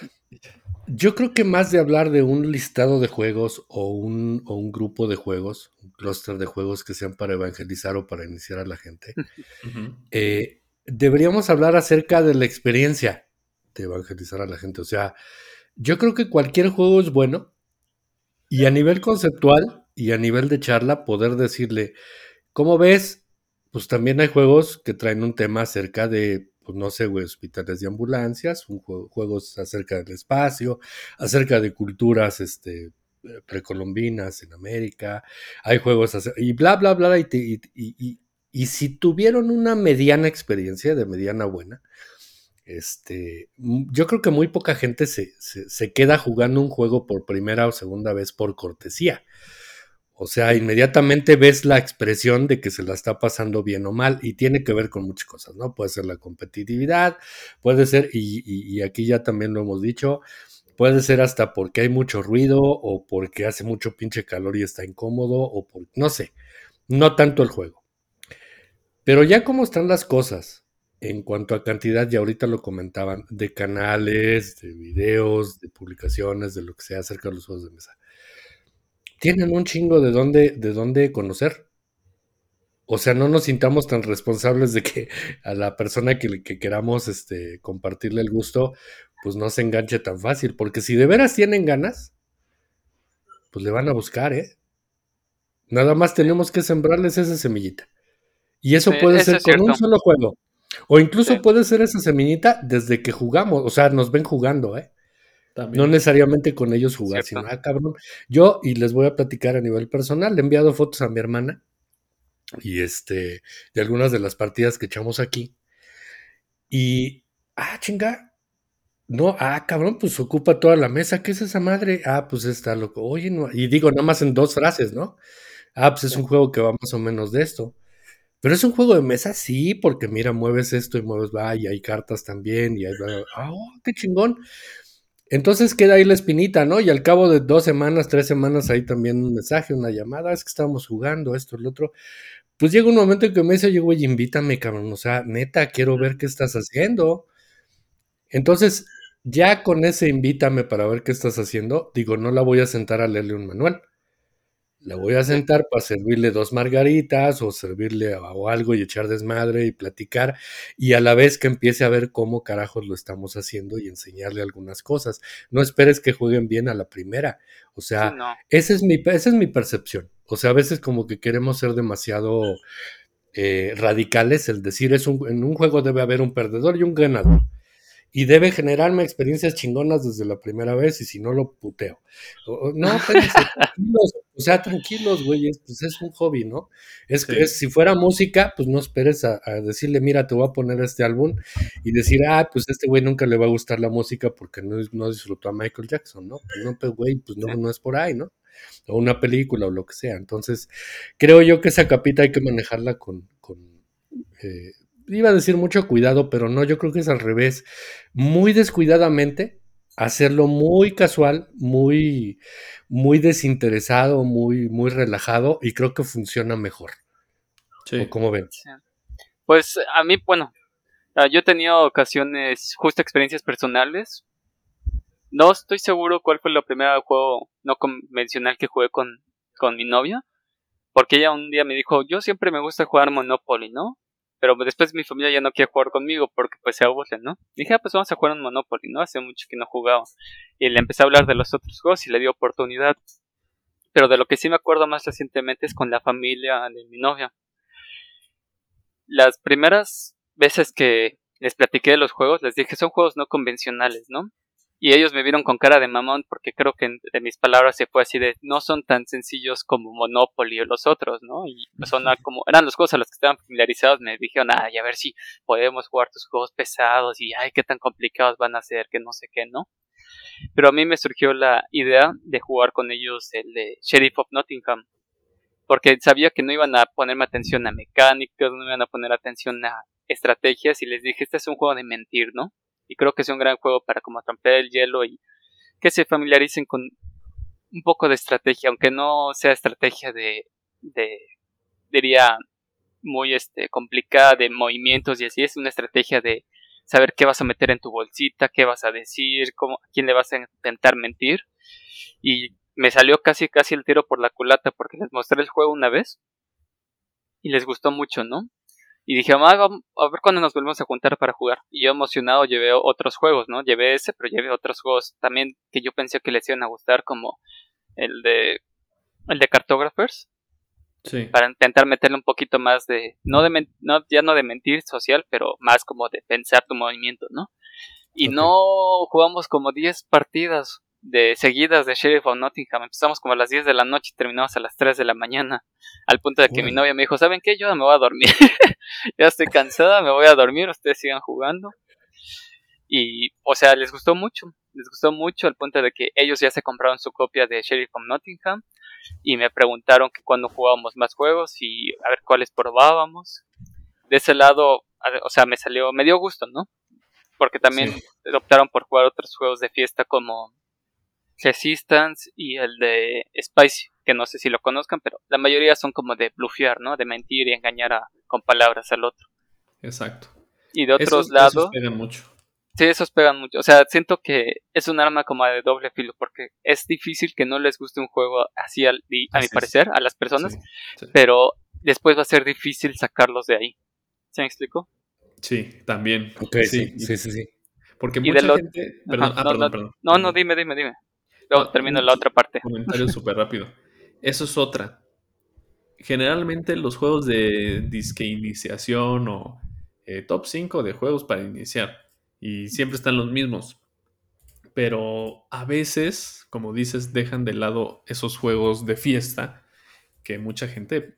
Yo creo que más de hablar de un listado de juegos o un, o un grupo de juegos, un clúster de juegos que sean para evangelizar o para iniciar a la gente, Ujú. eh, deberíamos hablar acerca de la experiencia de evangelizar a la gente. O sea, yo creo que cualquier juego es bueno y a nivel conceptual y a nivel de charla poder decirle, ¿cómo ves? Pues también hay juegos que traen un tema acerca de, pues no sé, güey, hospitales de ambulancias, un juego, juegos acerca del espacio, acerca de culturas este, eh, precolombinas en América, hay juegos acer- y bla, bla, bla, y, te- y, y- y- y si tuvieron una mediana experiencia, de mediana buena, este, mm, yo creo que muy poca gente se, se, se queda jugando un juego por primera o segunda vez por cortesía. O sea, Sí. inmediatamente ves la expresión de que se la está pasando bien o mal y tiene que ver con muchas cosas, ¿no? Puede ser la competitividad, puede ser, y, y, y aquí ya también lo hemos dicho, puede ser hasta porque hay mucho ruido o porque hace mucho pinche calor y está incómodo o por, no sé, no tanto el juego. Pero ya como están las cosas en cuanto a cantidad, y ahorita lo comentaban, de canales, de videos, de publicaciones, de lo que sea acerca de los juegos de mesa, tienen un chingo de dónde, de dónde conocer. O sea, no nos sintamos tan responsables de que a la persona que, que queramos este, compartirle el gusto, pues no se enganche tan fácil. Porque si de veras tienen ganas, pues le van a buscar, ¿eh? Nada más Sí, tenemos que sembrarles esa semillita. Y sí, eso puede eso ser es con un cierto. solo juego. O Sí, incluso puede ser esa semillita desde que jugamos. O sea, nos ven jugando, ¿eh? No También. necesariamente con ellos es jugar, sino, cierto. ah, cabrón. Yo, y les voy a platicar a nivel personal, le he enviado fotos a mi hermana y este, de algunas de las partidas que echamos aquí. Y, ah, chinga, no, ah, cabrón, pues ocupa toda la mesa. ¿Qué es esa madre? Ah, pues está loco. Oye, no, y digo nada más en dos frases, ¿no? Ah, pues es Sí, un juego que va más o menos de esto. Pero es un juego de mesa, sí, porque mira, mueves esto y mueves, va, y hay cartas también, y hay, ah, oh, qué chingón. Entonces queda ahí la espinita, ¿no? Y al cabo de dos semanas, tres semanas, ahí también un mensaje, una llamada, es que estábamos jugando esto, el otro. Pues llega un momento en que me dice, oye, güey, invítame, cabrón, o sea, neta, quiero ver qué estás haciendo. Entonces, ya con ese invítame para ver qué estás haciendo, digo, no la voy a sentar a leerle un manual. La voy a sí, sentar para servirle dos margaritas o servirle a- o algo y echar desmadre y platicar y a la vez que empiece a ver cómo carajos lo estamos haciendo y enseñarle algunas cosas. No esperes que jueguen bien a la primera. O sí, sea, no. esa es mi, esa es mi percepción. O sea, a veces como que queremos ser demasiado eh, radicales, el decir es un, en un juego debe haber un perdedor y un ganador y debe generarme experiencias chingonas desde la primera vez y si no lo puteo. O- no, espérense, tranquilos, o sea, tranquilos, güeyes, pues es un hobby, ¿no? Es, Sí, es si fuera música, pues no esperes a, a decirle, mira, te voy a poner este álbum y decir, ah, pues este güey nunca le va a gustar la música porque no, no disfrutó a Michael Jackson, ¿no? Pues no, pues güey, pues no, Sí, no es por ahí, ¿no? O una película o lo que sea. Entonces, creo yo que esa capita hay que manejarla con, con eh, iba a decir mucho cuidado, pero no, yo creo que es al revés. Muy descuidadamente, hacerlo muy casual, muy, muy desinteresado, muy, muy relajado, y creo que funciona mejor. ¿O sí. cómo ven? sí. Pues a mí, bueno, ah, yo he tenido ocasiones, justo experiencias personales. No estoy seguro cuál fue el primer juego no convencional que jugué con, con mi novia, porque ella un día me dijo, yo siempre me gusta jugar Monopoly, ¿no? Pero después mi familia ya no quiere jugar conmigo porque pues se aburren, ¿no? Dije, ah, pues vamos a jugar un Monopoly, ¿no? Hace mucho que no jugaba. Y le empecé a hablar de los otros juegos y le di oportunidad. Pero de lo que sí me acuerdo más recientemente es con la familia de mi novia. Las primeras veces que les platiqué de los juegos, les dije, son juegos no convencionales, ¿no? Y ellos me vieron con cara de mamón porque creo que de mis palabras se fue así de no son tan sencillos como Monopoly o los otros, ¿no? Y son como eran los juegos a los que estaban familiarizados, me dijeron, ay, a ver si podemos jugar tus juegos pesados y ay, qué tan complicados van a ser, que no sé qué, ¿no? Pero a mí me surgió la idea de jugar con ellos el de Sheriff of Nottingham, porque sabía que no iban a ponerme atención a mecánicas, no iban a poner atención a estrategias y les dije, este es un juego de mentir, ¿no? Y creo que es un gran juego para como romper el hielo y que se familiaricen con un poco de estrategia, aunque no sea estrategia de, de diría, muy este complicada de movimientos y así, es una estrategia de saber qué vas a meter en tu bolsita, qué vas a decir, cómo, a quién le vas a intentar mentir. Y me salió casi casi el tiro por la culata porque les mostré el juego una vez y les gustó mucho, ¿no? Y dije, ah, a ver cuándo nos volvemos a juntar para jugar. Y yo emocionado llevé otros juegos, ¿no? Llevé ese, pero llevé otros juegos también que yo pensé que les iban a gustar, como el de el de Cartographers. Sí. Para intentar meterle un poquito más de, no de men- no, ya no de mentir social, pero más como de pensar tu movimiento, ¿no? Y okay. No jugamos como diez partidas de seguidas de Sheriff of Nottingham. Empezamos como a las diez de la noche y terminamos a las tres de la mañana. Al punto de que bueno. Mi novia me dijo, ¿saben qué? Yo me voy a dormir. Ya estoy cansada, me voy a dormir, ustedes sigan jugando. Y, o sea, les gustó mucho. Les gustó mucho al punto de que ellos ya se compraron su copia de Sheriff of Nottingham. Y me preguntaron que cuándo jugábamos más juegos y a ver cuáles probábamos. De ese lado, o sea, me salió, me dio gusto, ¿no? Porque también sí. Optaron por jugar otros juegos de fiesta como Resistance y el de Spicy, que no sé si lo conozcan, pero la mayoría son como de blufear, ¿no? De mentir y engañar a, con palabras al otro. Exacto. Y de otros esos, lados... Esos pegan mucho. Sí, esos pegan mucho. O sea, siento que es un arma como de doble filo, porque es difícil que no les guste un juego así, al, a así mi parecer, es. A las personas, sí, sí. Pero después va a ser difícil sacarlos de ahí. ¿Se me explicó? Sí, también. Okay, sí, sí, sí, sí, sí. Porque mucha lo... gente... Perdón, Ajá, ah, no, perdón, no, perdón. No, no, dime, dime, dime. Luego no, termino la otra parte. Comentario súper rápido. Eso es otra. Generalmente los juegos de disque iniciación o eh, top cinco de juegos para iniciar. Y siempre están los mismos. Pero a veces, como dices, dejan de lado esos juegos de fiesta que mucha gente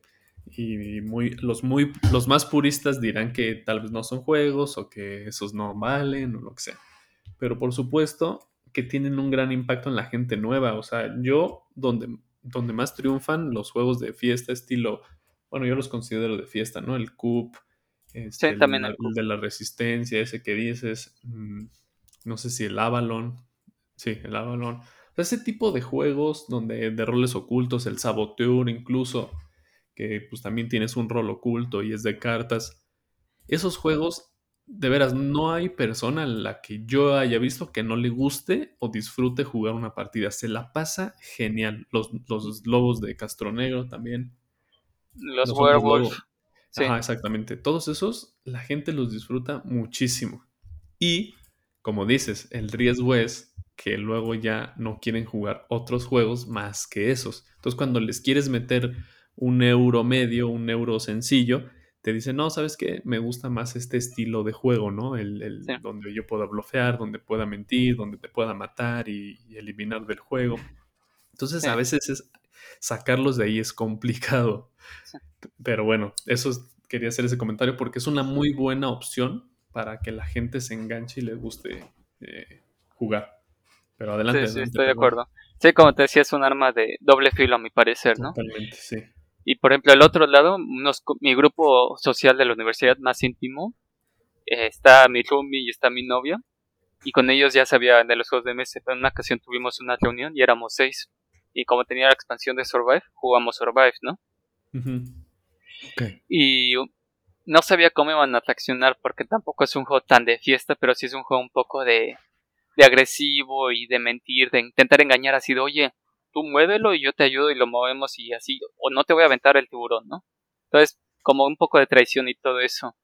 y muy, los, muy, los más puristas dirán que tal vez no son juegos o que esos no valen o lo que sea. Pero por supuesto que tienen un gran impacto en la gente nueva. O sea, yo donde, donde más triunfan los juegos de fiesta estilo, bueno, yo los considero de fiesta, ¿no? El C U P, este, sí, también el, el, el de la Resistencia, ese que dices, mmm, no sé si el Avalon, sí, el Avalon. O sea, ese tipo de juegos donde de roles ocultos, el Saboteur incluso, que pues también tienes un rol oculto y es de cartas. Esos juegos, de veras, no hay persona a la que yo haya visto que no le guste o disfrute jugar una partida. Se la pasa genial. Los, los lobos de Castronegro también. Los, los Werewolf. Sí. Ajá, exactamente. Todos esos, la gente los disfruta muchísimo. Y, como dices, el riesgo es que luego ya no quieren jugar otros juegos más que esos. Entonces, cuando les quieres meter un euro medio, un euro sencillo, te dicen, no, ¿sabes qué? Me gusta más este estilo de juego, ¿no? El, el sí. Donde yo pueda blofear, donde pueda mentir, donde te pueda matar y, y eliminar del juego. Entonces, sí. A veces es, sacarlos de ahí es complicado. Sí. Pero bueno, eso es, quería hacer ese comentario porque es una muy buena opción para que la gente se enganche y les guste eh, jugar. Pero adelante. Sí, sí, adelante, estoy de acuerdo. Sí, como te decía, es un arma de doble filo a mi parecer, ¿no? Totalmente, sí. Y por ejemplo, al otro lado, unos, mi grupo social de la universidad más íntimo, eh, está mi roomie y está mi novia. Y con ellos ya sabía de los juegos de mesa. En una ocasión tuvimos una reunión y éramos seis. Y como tenía la expansión de Survive, jugamos Survive, ¿no? Uh-huh. Okay. Y no sabía cómo iban a reaccionar porque tampoco es un juego tan de fiesta, pero sí es un juego un poco de, de agresivo y de mentir, de intentar engañar así de, oye, tú muévelo y yo te ayudo y lo movemos y así, o no te voy a aventar el tiburón, ¿no? Entonces, como un poco de traición y todo eso.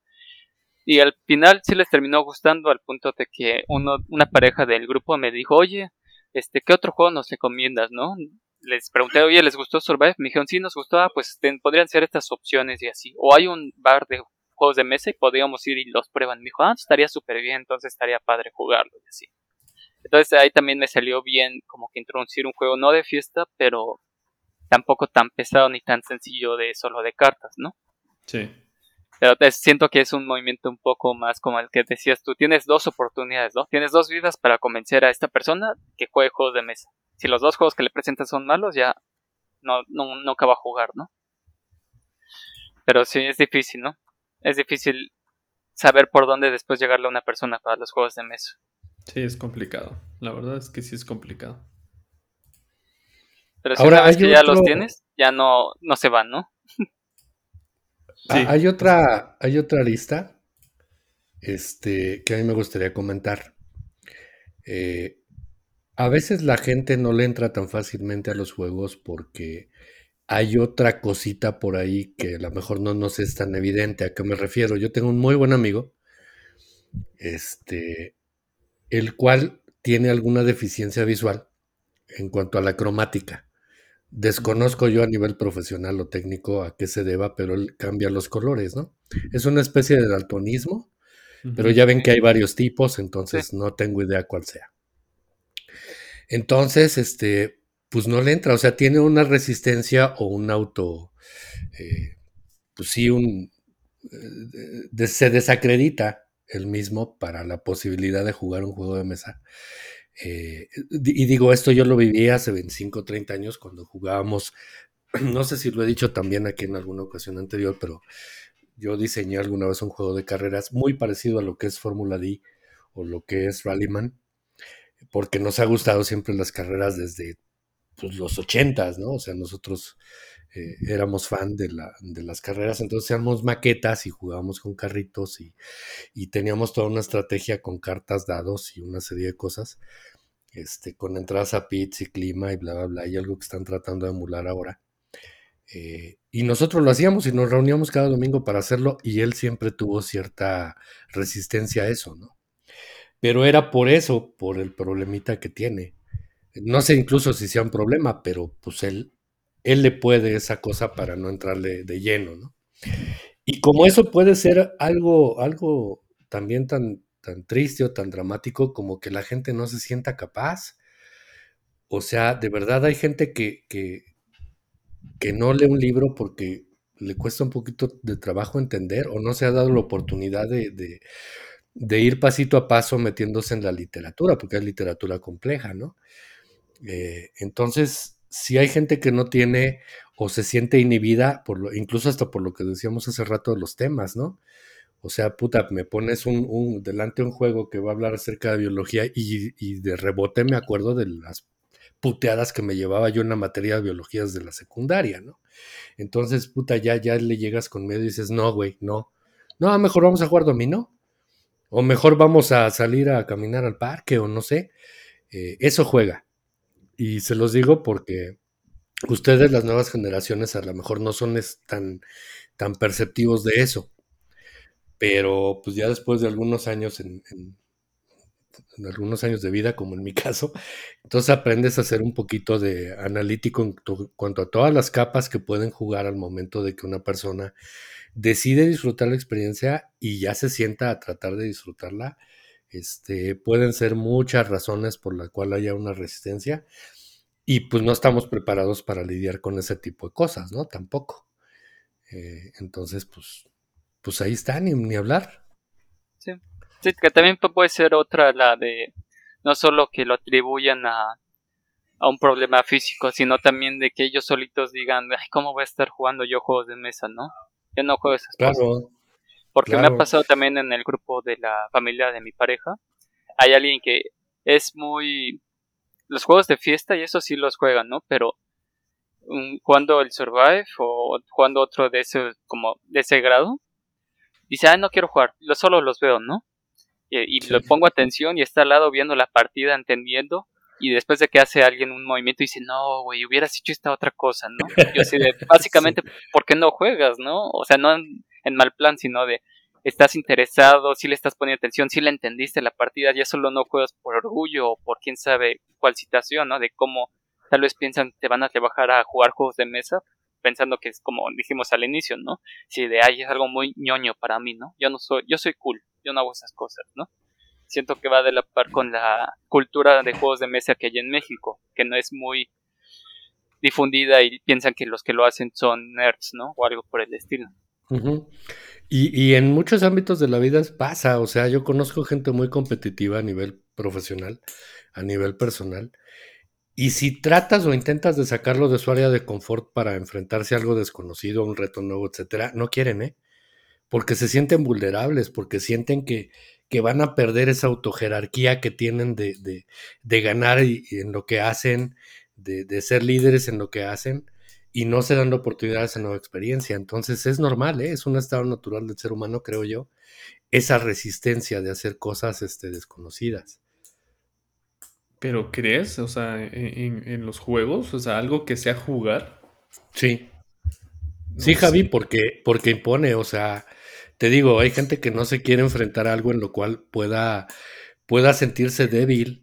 Y al final sí les terminó gustando al punto de que uno, una pareja del grupo me dijo, oye, este, ¿qué otro juego nos recomiendas, no? Les pregunté, oye, ¿les gustó Survive? Me dijeron, sí, nos gustó, ah, pues ten, podrían ser estas opciones y así. O hay un bar de juegos de mesa y podríamos ir y los prueban. Me dijo, ah, estaría súper bien, entonces estaría padre jugarlo y así. Entonces ahí también me salió bien como que introducir un juego no de fiesta, pero tampoco tan pesado ni tan sencillo de solo de cartas, ¿no? Sí. Pero te, siento que es un movimiento un poco más como el que decías tú. Tienes dos oportunidades, ¿no? Tienes dos vidas para convencer a esta persona que juegue juegos de mesa. Si los dos juegos que le presentas son malos, ya no, no, nunca va a jugar, ¿no? Pero sí, es difícil, ¿no? Es difícil saber por dónde después llegarle a una persona para los juegos de mesa. Sí, es complicado. La verdad es que sí es complicado. Pero si Ahora, una vez hay que ya otro... los tienes, ya no, no se van, ¿no? Ah, Sí. hay otra, hay otra lista este, que a mí me gustaría comentar. Eh, a veces la gente no le entra tan fácilmente a los juegos porque hay otra cosita por ahí que a lo mejor no nos es tan evidente. ¿A qué me refiero? Yo tengo un muy buen amigo, este, el cual tiene alguna deficiencia visual en cuanto a la cromática. Desconozco yo a nivel profesional o técnico a qué se deba, pero él cambia los colores, ¿no? Es una especie de daltonismo, pero Ujú. ya ven que hay varios tipos, Sí. entonces no tengo idea cuál sea. Entonces, este, pues no le entra, o sea, tiene una resistencia o un auto, eh, pues sí, un, eh, de- se desacredita el mismo para la posibilidad de jugar un juego de mesa. Eh, y digo, esto yo lo viví hace veinticinco, treinta años cuando jugábamos, no sé si lo he dicho también aquí en alguna ocasión anterior, pero yo diseñé alguna vez un juego de carreras muy parecido a lo que es Fórmula D o lo que es Rallyman, porque nos ha gustado siempre las carreras desde pues, los ochentas, ¿no? O sea, nosotros eh, éramos fan de, la, de, las carreras, entonces hacíamos maquetas y jugábamos con carritos y, y, teníamos toda una estrategia con cartas, dados y una serie de cosas, este, con entradas a pits y clima y bla, bla, bla, y algo que están tratando de emular ahora. Eh, y nosotros lo hacíamos y nos reuníamos cada domingo para hacerlo y él siempre tuvo cierta resistencia a eso, ¿no? Pero era por eso, por el problemita que tiene. No sé incluso si sea un problema, pero pues él, él le puede esa cosa para no entrarle de lleno, ¿no? Y como eso puede ser algo, algo también tan, tan triste o tan dramático como que la gente no se sienta capaz. O sea, de verdad hay gente que, que, que no lee un libro porque le cuesta un poquito de trabajo entender o no se ha dado la oportunidad de, de, de ir pasito a paso metiéndose en la literatura, porque es literatura compleja, ¿no? Eh, entonces, si hay gente que no tiene o se siente inhibida, por lo, incluso hasta por lo que decíamos hace rato de los temas, ¿no? O sea, puta, me pones un, un delante un juego que va a hablar acerca de biología y, y de rebote me acuerdo de las puteadas que me llevaba yo en la materia de biología desde la secundaria, ¿no? Entonces, puta, ya, ya le llegas con miedo y dices, no, güey, no. No, mejor vamos a jugar dominó. O mejor vamos a salir a caminar al parque, o no sé. Eh, eso juega. Y se los digo porque ustedes, las nuevas generaciones, a lo mejor no son tan, tan perceptivos de eso. Pero pues ya después de algunos años en, en, en algunos años de vida, como en mi caso, entonces aprendes a ser un poquito de analítico en tu, cuanto a todas las capas que pueden jugar al momento de que una persona decide disfrutar la experiencia y ya se sienta a tratar de disfrutarla. Este, pueden ser muchas razones por las cuales haya una resistencia y pues no estamos preparados para lidiar con ese tipo de cosas, ¿no? Tampoco. Eh, entonces, pues, pues ahí está, ni, ni hablar. Sí. Sí, que también puede ser otra la de no solo que lo atribuyan a, a un problema físico, sino también de que ellos solitos digan, ay, ¿cómo voy a estar jugando yo juegos de mesa, no? Yo no juego esas cosas. Claro, Porque me ha claro. pasado también en el grupo de la familia de mi pareja. Hay alguien que es muy... Los juegos de fiesta y eso sí los juegan, ¿no? Pero um, jugando el Survive o jugando otro de ese, como de ese grado, dice, ah, no quiero jugar, yo solo los veo, ¿no? Y, y Sí. le pongo atención y está al lado viendo la partida, entendiendo, y después de que hace alguien un movimiento dice, no, güey, hubieras hecho esta otra cosa, ¿no? Yo así de, básicamente, Sí. ¿por qué no juegas, no? O sea, no en, en mal plan, sino de, estás interesado, si le estás poniendo atención, si le entendiste la partida, ya solo no juegas por orgullo o por quién sabe cuál situación, ¿no? De cómo tal vez piensan que te van a rebajar a jugar juegos de mesa, pensando que es como dijimos al inicio, ¿no? Si de ahí es algo muy ñoño para mí, ¿no? Yo no soy, yo soy cool, yo no hago esas cosas, ¿no? siento que va de la par con la cultura de juegos de mesa que hay en México, que no es muy difundida y piensan que los que lo hacen son nerds, ¿no? O algo por el estilo. Uh-huh. Y, y en muchos ámbitos de la vida pasa, o sea, yo conozco gente muy competitiva a nivel profesional, a nivel personal, y si tratas o intentas de sacarlo de su área de confort para enfrentarse a algo desconocido, a un reto nuevo, etcétera, no quieren, ¿eh? Porque se sienten vulnerables, porque sienten que, que van a perder esa autojerarquía que tienen de, de, de ganar y, y en lo que hacen, de, de ser líderes en lo que hacen, y no se dan la oportunidad de esa nueva experiencia. Entonces es normal, ¿eh? Es un estado natural del ser humano, creo yo, esa resistencia de hacer cosas este, desconocidas. ¿Pero crees? O sea, en, en los juegos, o sea, algo que sea jugar. Sí. Sí, No Javi, sé. porque, porque impone, o sea, te digo, hay gente que no se quiere enfrentar a algo en lo cual pueda, pueda sentirse débil.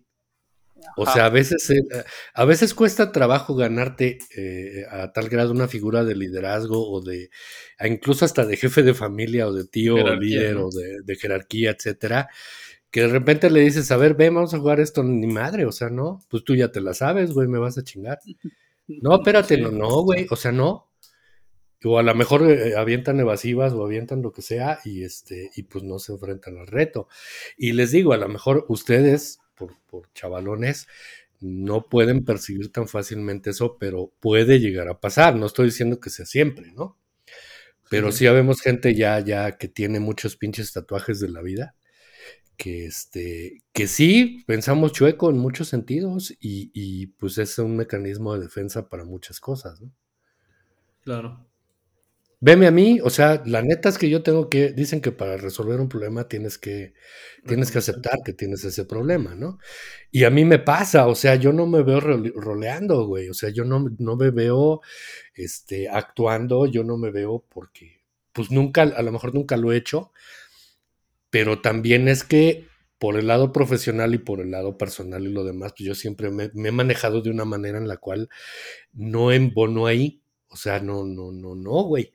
O sea, Ajá. a veces, eh, a veces cuesta trabajo ganarte eh, a tal grado una figura de liderazgo o de, a incluso hasta de jefe de familia o de tío o Jerarquía, líder ¿no? o de, de jerarquía, etcétera, que de repente le dices, a ver, ven, vamos a jugar esto, ni madre, o sea, no, pues tú ya te la sabes, güey, me vas a chingar. No, espérate, no, Sí, no, güey, o sea, no. O a lo mejor eh, avientan evasivas o avientan lo que sea y este y pues no se enfrentan al reto. Y les digo, a lo mejor ustedes, por, por chavalones, no pueden percibir tan fácilmente eso, pero puede llegar a pasar. No estoy diciendo que sea siempre, ¿no? sí, Pero sí. sí habemos gente ya, ya que tiene muchos pinches tatuajes de la vida, que este, que sí pensamos chueco en muchos sentidos y, y pues es un mecanismo de defensa para muchas cosas, ¿no? Claro. Veme a mí, o sea, la neta es que yo tengo que, dicen que para resolver un problema tienes que, tienes que Reconocer. aceptar que tienes ese problema, ¿no? Y a mí me pasa, o sea, yo no me veo role- roleando, güey, o sea, yo no, no me veo, este, actuando, yo no me veo porque, pues nunca, a lo mejor nunca lo he hecho, pero también es que por el lado profesional y por el lado personal y lo demás, pues yo siempre me, me he manejado de una manera en la cual no embono ahí, o sea, no, no, no, no, güey.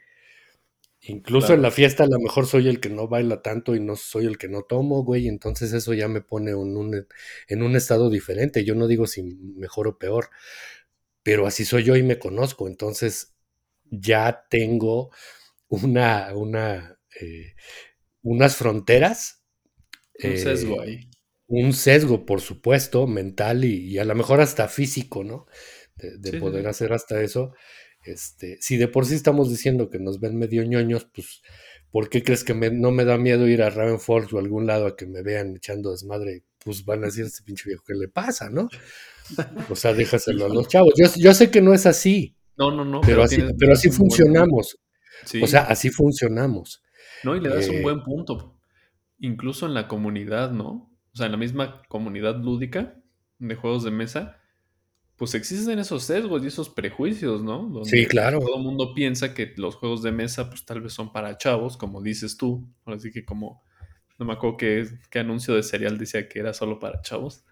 Incluso en la Claro. fiesta a lo mejor soy el que no baila tanto y no soy el que no tomo, güey, entonces eso ya me pone en un, en un estado diferente. Yo no digo si mejor o peor, pero así soy yo y me conozco, entonces ya tengo una, una, eh, unas fronteras, Un sesgo eh, ahí. un sesgo, por supuesto, mental y, y a lo mejor hasta físico, ¿no? De, de Sí, sí, poder sí. hacer hasta eso. Este, si de por sí estamos diciendo que nos ven medio ñoños, pues, ¿por qué crees que me- no me da miedo ir a Ravenforge o a algún lado a que me vean echando desmadre? Pues van a decir, este pinche viejo, ¿qué le pasa, no? O sea, déjaselo a los Híjole. chavos. Yo, yo sé que no es así, No, no, no, pero pero así, tienes, le pero das así un buen punto. funcionamos. O sea, Sí. así funcionamos. No, y le das un Eh, buen punto. Incluso en la comunidad, ¿no? O sea, en la misma comunidad lúdica de juegos de mesa, pues existen esos sesgos y esos prejuicios, ¿no? sí, Donde pues claro. todo el mundo piensa que los juegos de mesa pues tal vez son para chavos, como dices tú. Ahora sí que como, no me acuerdo qué, qué anuncio de cereal decía que era solo para chavos.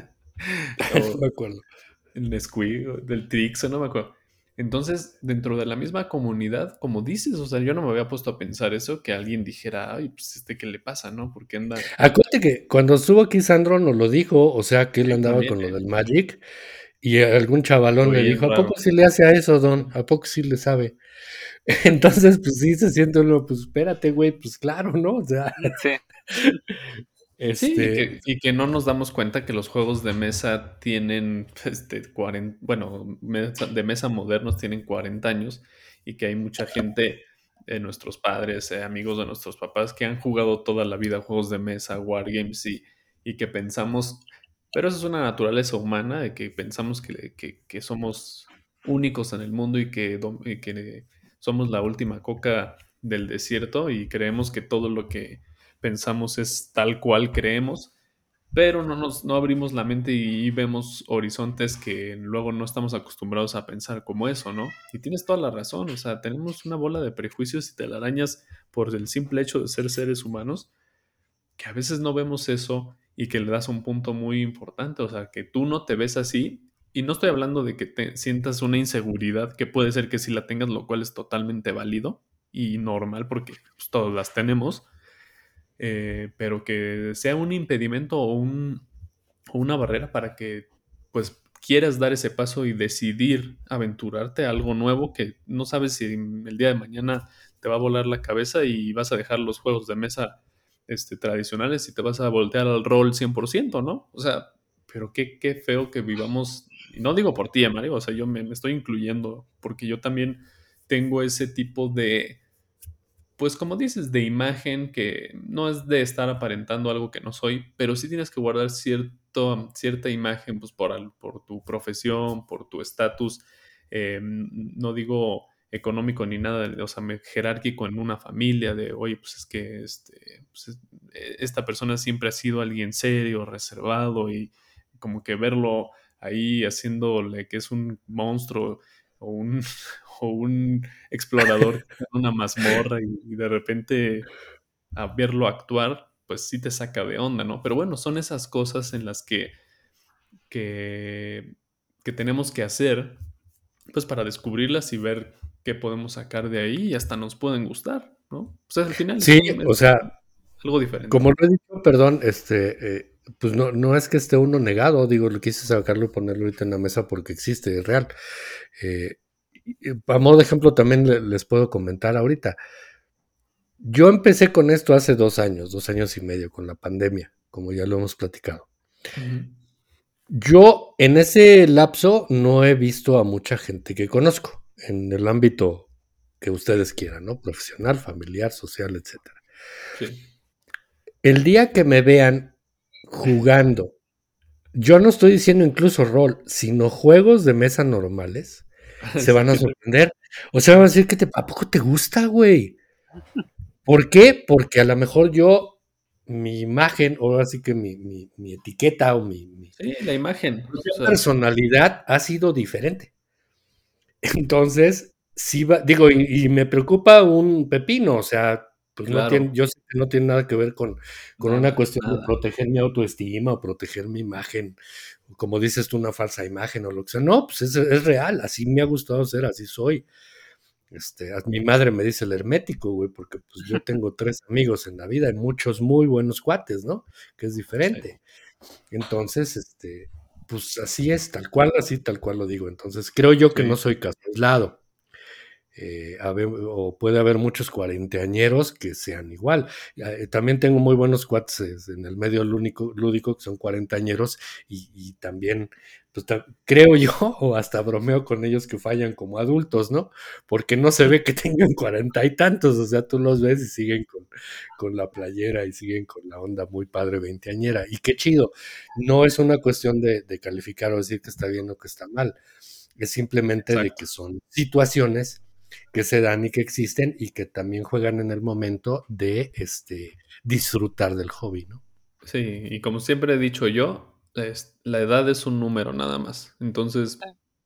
No O me acuerdo. el Nesquik, o del Trixo, no me acuerdo. Entonces, dentro de la misma comunidad, como dices, o sea, yo no me había puesto a pensar eso, que alguien dijera, ay, pues este, ¿qué le pasa, no? Porque anda, Acuérdate que cuando estuvo aquí Sandro nos lo dijo, o sea, que él sí, andaba también, con lo ¿eh? del Magic y algún Lo chavalón le veías dijo, ¿a poco raro. sí le hace a eso, don? ¿A poco sí le sabe? Entonces, pues sí se siente uno, pues espérate, güey, pues claro, ¿no? O sea, Sí. Sí, y este, que, y que no nos damos cuenta que los juegos de mesa tienen, este, cuarenta, bueno, mesa- de mesa modernos tienen cuarenta años y que hay mucha gente, de nuestros padres, eh, amigos de nuestros papás, que han jugado toda la vida juegos de mesa, wargames y, y que pensamos, pero eso es una naturaleza humana, de que pensamos que, que- que somos únicos en el mundo y que, dom- y que somos la última coca del desierto y creemos que todo lo que pensamos es tal cual creemos, pero no nos no abrimos la mente y vemos horizontes que luego no estamos acostumbrados a pensar como eso, ¿no? Y tienes toda la razón, o sea, tenemos una bola de prejuicios y telarañas por el simple hecho de ser seres humanos, que a veces no vemos eso y que le das un punto muy importante, o sea, que tú no te ves así. Y no estoy hablando de que te sientas una inseguridad, que puede ser que sí la tengas, lo cual es totalmente válido y normal porque pues, todos las tenemos, eh, pero que sea un impedimento o, un, o una barrera para que pues quieras dar ese paso y decidir aventurarte a algo nuevo que no sabes si el día de mañana te va a volar la cabeza y vas a dejar los juegos de mesa este, tradicionales y te vas a voltear al rol cien por ciento, ¿no? O sea, pero qué, qué feo que vivamos, y no digo por ti, Mario, o sea, yo me, me estoy incluyendo porque yo también tengo ese tipo de, pues como dices, de imagen que no es de estar aparentando algo que no soy, pero sí tienes que guardar cierto, cierta imagen pues por, al- por tu profesión, por tu estatus, eh, no digo económico ni nada, o sea, me- jerárquico en una familia, de, oye, pues es que este, pues, es- eh, esta persona siempre ha sido alguien serio, reservado y como que verlo ahí haciéndole que es un monstruo o un, o un explorador en una mazmorra y, y de repente a verlo actuar, pues sí te saca de onda, ¿no? Pero bueno, son esas cosas en las que, que, que tenemos que hacer, pues para descubrirlas y ver qué podemos sacar de ahí y hasta nos pueden gustar, ¿no? O sea, al final es, Sí, un, es o sea, algo diferente. como lo he dicho, perdón, este, eh, pues no, no es que esté uno negado, digo, lo quise sacarlo y ponerlo ahorita en la mesa porque existe, es real. Eh, y- y a modo de ejemplo, también le- les puedo comentar ahorita. Yo empecé con esto hace dos años, dos años y medio, con la pandemia, como ya lo hemos platicado. Ujú. Yo en ese lapso no he visto a mucha gente que conozco, en el ámbito que ustedes quieran, ¿no? Profesional, familiar, social, etcétera. Sí. El día que me vean jugando, yo no estoy diciendo incluso rol, sino juegos de mesa normales, se Sí, van a ¿qué te- sorprender. O sea, van a decir que te, ¿a poco te gusta, güey? ¿Por qué? Porque a lo mejor yo, mi imagen, o así que mi, mi, mi etiqueta o mi, mi Sí, la imagen. O sea, personalidad ha sido diferente. Entonces, sí va, digo, y, y me preocupa un pepino, o sea, pues no tiene, claro, yo sé que no tiene nada que ver con, con una nada, cuestión de nada. proteger mi autoestima o proteger mi imagen, como dices tú, una falsa imagen o lo que sea. No, pues es, es real, así me ha gustado ser, así soy. Este, a mi madre me dice el hermético, güey, porque pues yo tengo tres amigos en la vida y muchos muy buenos cuates, ¿no? Que es Sí, diferente. Entonces, este, pues así es, tal cual, así tal cual lo digo. Entonces, creo yo que no sí. soy caso aislado. Eh, haber- o puede haber muchos cuarentañeros que sean igual. Eh, también tengo muy buenos cuates en el medio lúdico, lúdico que son cuarentañeros y, y también, pues, ta- creo yo, o hasta bromeo con ellos que fallan como adultos, ¿no? Porque no se ve que tengan cuarenta y tantos, o sea, tú los ves y siguen con, con la playera y siguen con la onda muy padre veinteañera. Y qué chido, no es una cuestión de, de calificar o decir que está bien o que está mal, es simplemente de Exacto. que son situaciones que se dan y que existen y que también juegan en el momento de este, disfrutar del hobby, ¿no? Sí, y como siempre he dicho yo, es- la edad es un número nada más. Entonces,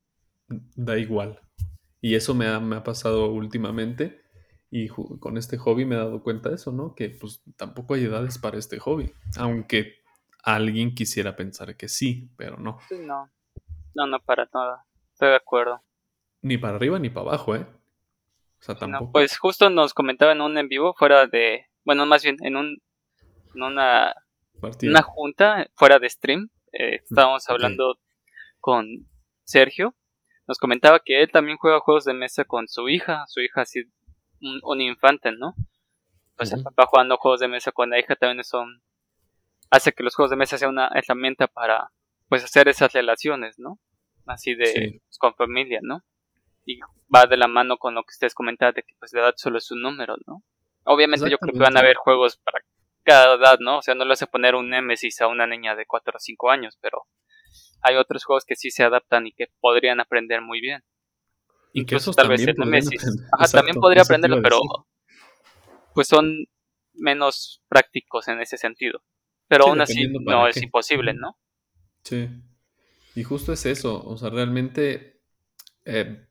da igual. Y eso me ha, me ha pasado últimamente. Y ju- con este hobby me he dado cuenta de eso, ¿no? Que pues tampoco hay edades para este hobby. Aunque alguien quisiera pensar que sí, pero no. Sí, no, no, no, para nada. Estoy de acuerdo. Ni para arriba ni para abajo, ¿eh? O sea, Sí, no, tampoco. pues justo nos comentaba en un en vivo fuera de, bueno, más bien en un, en una, una Partida. junta fuera de stream. Eh, estábamos Ok. hablando con Sergio. Nos comentaba que él también juega juegos de mesa con su hija, su hija así, un, un infante, ¿no? Pues el Ujú. papá jugando juegos de mesa con la hija también son, hace que los juegos de mesa sean una herramienta para, pues, hacer esas relaciones, ¿no? Así de, Sí, pues, con familia, ¿no? Y va de la mano con lo que ustedes comentaban de que pues la edad solo es un número, ¿no? Obviamente yo creo que van a exactamente. haber juegos para cada edad, ¿no? O sea, no le vas a poner un Nemesis a una niña de cuatro o cinco años, pero hay otros juegos que sí se adaptan y que podrían aprender muy bien. Y que Incluso esos tal vez también el podrían Nemesis. aprender. Ajá, también Exacto, podría eso te aprenderlo, iba a pero decir. pues son menos prácticos en ese sentido. Pero Sí, aún así dependiendo no para es qué. imposible, Ujú. ¿no? Sí. Y justo es eso. O sea, realmente. eh,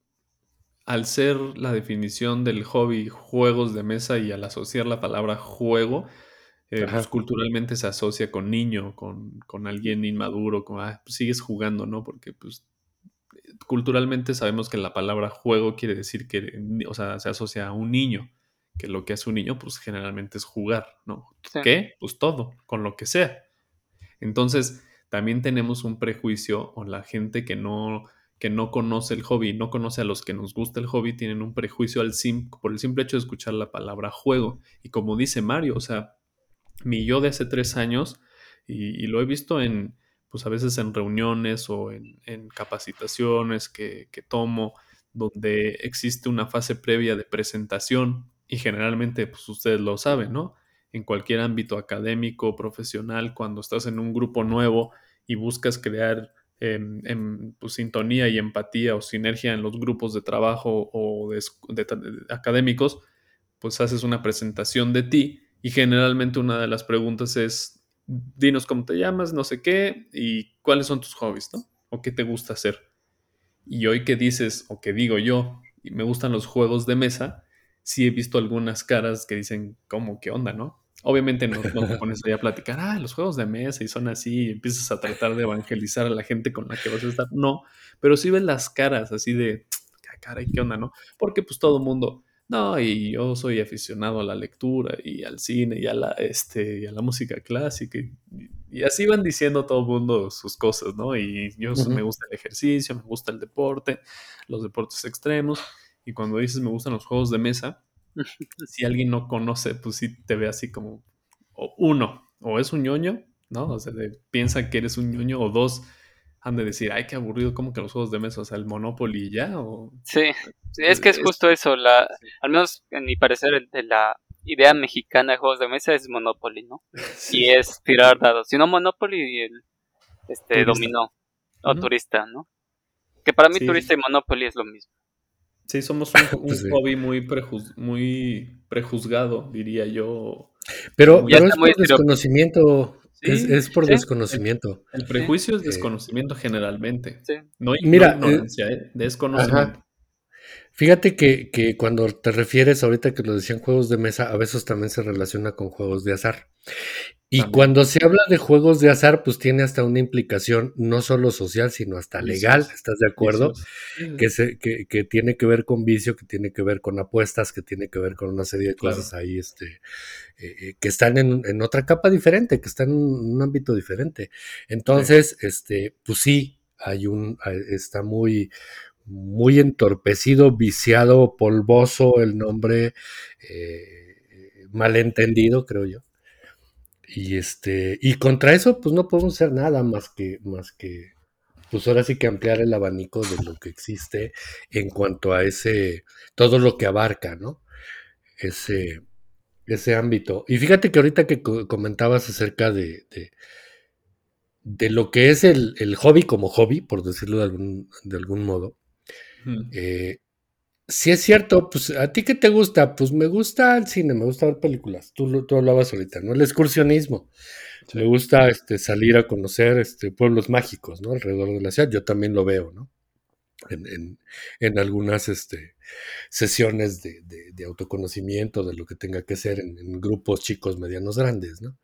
al ser la definición del hobby juegos de mesa y al asociar la palabra juego, eh, pues Ajá. culturalmente se asocia con niño, con, con alguien inmaduro, con, ah, pues sigues jugando, ¿no? Porque pues culturalmente sabemos que la palabra juego quiere decir que, o sea, se asocia a un niño, que lo que hace un niño, pues generalmente es jugar, ¿no? Sí. ¿Qué? Pues todo, con lo que sea. Entonces, también tenemos un prejuicio, o la gente que no, que no conoce el hobby, no conoce a los que nos gusta el hobby, tienen un prejuicio al sim, por el simple hecho de escuchar la palabra juego. Y como dice Mario, o sea, mi yo de hace tres años, y, y lo he visto en, pues a veces en reuniones o en, en capacitaciones que, que tomo, donde existe una fase previa de presentación, y generalmente, pues ustedes lo saben, ¿no? En cualquier ámbito académico, profesional, cuando estás en un grupo nuevo y buscas crear em, em, pues, sintonía y empatía o sinergia en los grupos de trabajo o de, de, de académicos, pues haces una presentación de ti y generalmente una de las preguntas es, dinos cómo te llamas, no sé qué, y cuáles son tus hobbies, ¿no? O qué te gusta hacer. Y hoy que dices, o que digo yo, y me gustan los juegos de mesa, sí he visto algunas caras que dicen, ¿cómo? ¿Qué onda, no? Obviamente no, no te pones ahí a platicar, ah, los juegos de mesa y son así, y empiezas a tratar de evangelizar a la gente con la que vas a estar. No, pero sí ves las caras así de, "Ah, caray, ¿qué onda, no?" Porque pues todo el mundo, no, y yo soy aficionado a la lectura y al cine y a la, este, y a la música clásica. Y, y así van diciendo todo el mundo sus cosas, ¿no? Y yo Ujú. me gusta el ejercicio, me gusta el deporte, los deportes extremos. Y cuando dices me gustan los juegos de mesa, si alguien no conoce, pues sí te ve así como, o uno, o es un ñoño, ¿no? O sea, de- piensa que eres un ñoño, o dos, han de decir, ay, qué aburrido, como que los juegos de mesa, o sea, el Monopoly y ya, o... Sí, sí, es que es Es, justo eso, la, al menos en mi parecer, el de la idea mexicana de juegos de mesa es Monopoly, ¿no? Y sí, es tirar dados, si no Monopoly y el este turista. dominó o Ujú. turista, ¿no? Que para mí Sí, turista y Monopoly es lo mismo. sí, somos un, un Pues sí. hobby muy, prejuz- muy prejuzgado, diría yo, o Pero, muy... Ya pero está es muy por estereotipado. desconocimiento, es, Sí, es por Sí, el, desconocimiento. el sí, prejuicio es Eh, desconocimiento generalmente, sí. no, no mira, eh, ignorancia, ¿eh? Desconocimiento. ajá. Fíjate que, que cuando te refieres, ahorita que lo decían juegos de mesa, a veces también se relaciona con juegos de azar. Y También. cuando se habla de juegos de azar, pues tiene hasta una implicación no solo social, sino hasta legal, Vicios, ¿estás de acuerdo? vicios. Sí, sí, Que, sí, se, que, que tiene que ver con vicio, que tiene que ver con apuestas, que tiene que ver con una serie de claro. cosas ahí, este, eh, eh, que están en, en otra capa diferente, que están en un ámbito diferente. Sí, Entonces, este, pues sí, hay un, hay- está muy, muy entorpecido, viciado, polvoso el nombre, eh, malentendido, creo yo. Y este, y contra eso, pues no podemos hacer nada más que, más que, pues ahora sí que ampliar el abanico de lo que existe en cuanto a ese, todo lo que abarca, ¿no? Ese, ese ámbito. Y fíjate que ahorita que co- comentabas acerca de, de, de lo que es el, el hobby como hobby, por decirlo de algún, de algún modo, ujú, eh, si es cierto, pues a ti qué te gusta, pues me gusta el cine, me gusta ver películas, tú, lo- tú hablabas ahorita, ¿no? El excursionismo, sí, me gusta este, salir a conocer este, pueblos mágicos, ¿no? Alrededor de la ciudad, yo también lo veo, ¿no? En, en, en algunas este, sesiones de, de, de autoconocimiento, de lo que tenga que ser en, en grupos chicos, medianos, grandes, ¿no?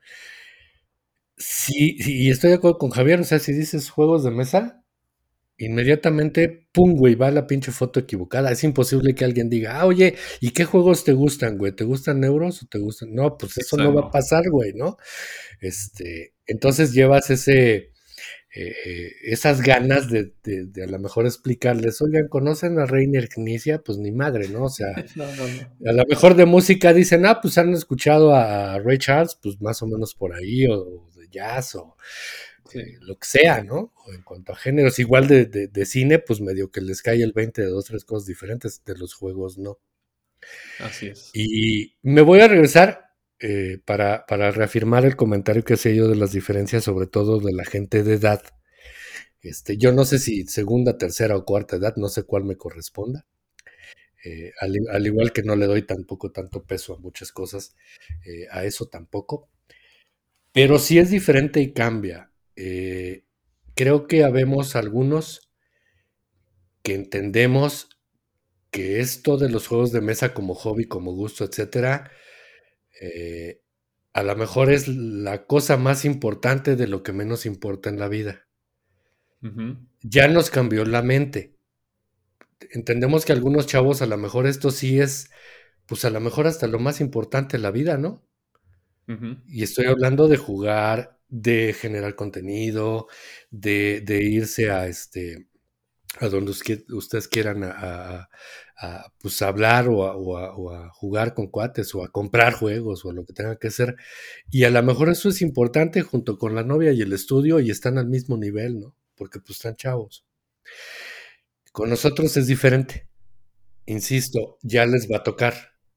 Sí, sí, y estoy de acuerdo con Javier, o sea, si dices juegos de mesa, inmediatamente, pum, güey, va la pinche foto equivocada. Es imposible que alguien diga, ah, oye, ¿y qué juegos te gustan, güey? ¿Te gustan euros o te gustan? No, pues eso no va a exacto. pasar, güey, ¿no? Este, entonces llevas ese, eh, eh, esas ganas de, de, de a lo mejor explicarles, oigan, ¿conocen a Reiner Knizia? Pues ni madre, ¿no? O sea, No, no, no. a lo mejor de música dicen, ah, pues han escuchado a Ray Charles, pues más o menos por ahí, o, o de jazz, o eh, Sí, lo que sea, ¿no? O en cuanto a géneros, igual de, de, de cine, pues medio que les cae el veinte de dos, tres cosas diferentes, de los juegos, ¿no? así es. Y me voy a regresar eh, para, para reafirmar el comentario que hacía yo de las diferencias, sobre todo de la gente de edad. Este, yo no sé si segunda, tercera o cuarta edad, no sé cuál me corresponda. Eh, al, al, igual que no le doy tampoco tanto peso a muchas cosas, eh, a eso tampoco. Pero sí es diferente y cambia. Eh, creo que habemos algunos que entendemos que esto de los juegos de mesa como hobby, como gusto, etcétera, eh, a lo mejor es la cosa más importante de lo que menos importa en la vida. Ujú, Ya nos cambió la mente. Entendemos que algunos chavos a lo mejor esto sí es pues a lo mejor hasta lo más importante en la vida, ¿no? Ujú. Y estoy hablando de jugar, de generar contenido, de, de irse a este a donde usque- ustedes quieran a, a- a, pues hablar o a, o a- o a jugar con cuates o a comprar juegos o lo que tenga que ser. Y a lo mejor eso es importante junto con la novia y el estudio y están al mismo nivel, ¿no? Porque pues están chavos. Con nosotros es diferente. Insisto, ya les va a tocar.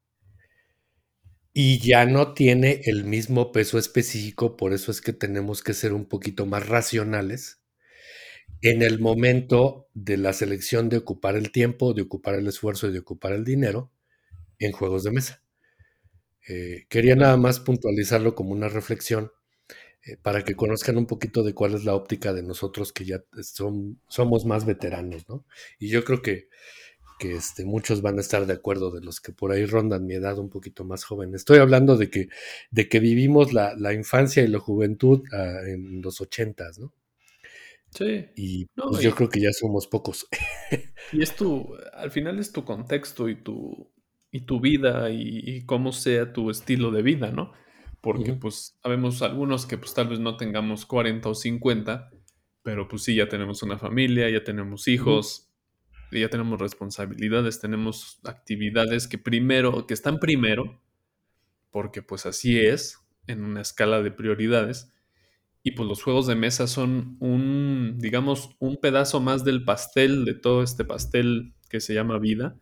Y ya no tiene el mismo peso específico, por eso es que tenemos que ser un poquito más racionales en el momento de la selección de ocupar el tiempo, de ocupar el esfuerzo y de ocupar el dinero en juegos de mesa. Eh, quería nada Claro. más puntualizarlo como una reflexión eh, para que conozcan un poquito de cuál es la óptica de nosotros que ya son, somos más veteranos, ¿no? Y yo creo que, que este, muchos van a estar de acuerdo de los que por ahí rondan mi edad un poquito más joven. Estoy hablando de que, de que vivimos la, la infancia y la juventud uh, en los ochentas, ¿no? Sí. Y No, pues yo y, creo que ya somos pocos. y es tu, al final es tu contexto y tu, y tu vida y, y cómo sea tu estilo de vida, ¿no? Porque Ujú, pues sabemos algunos que pues tal vez no tengamos cuarenta o cincuenta, pero pues sí, ya tenemos una familia, ya tenemos ujú, hijos, y ya tenemos responsabilidades, tenemos actividades que primero, que están primero, porque pues así es, en una escala de prioridades. Y pues los juegos de mesa son un, digamos, un pedazo más del pastel, de todo este pastel que se llama vida.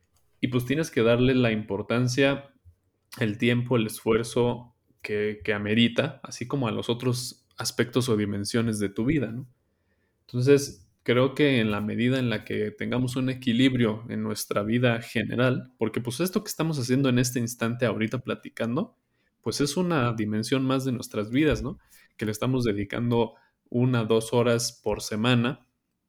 Y pues tienes que darle la importancia, el tiempo, el esfuerzo que, que amerita, así como a los otros aspectos o dimensiones de tu vida, ¿no? Entonces, creo que en la medida en la que tengamos un equilibrio en nuestra vida general, porque pues esto que estamos haciendo en este instante ahorita platicando, pues es una dimensión más de nuestras vidas, ¿no? Que le estamos dedicando una, dos horas por semana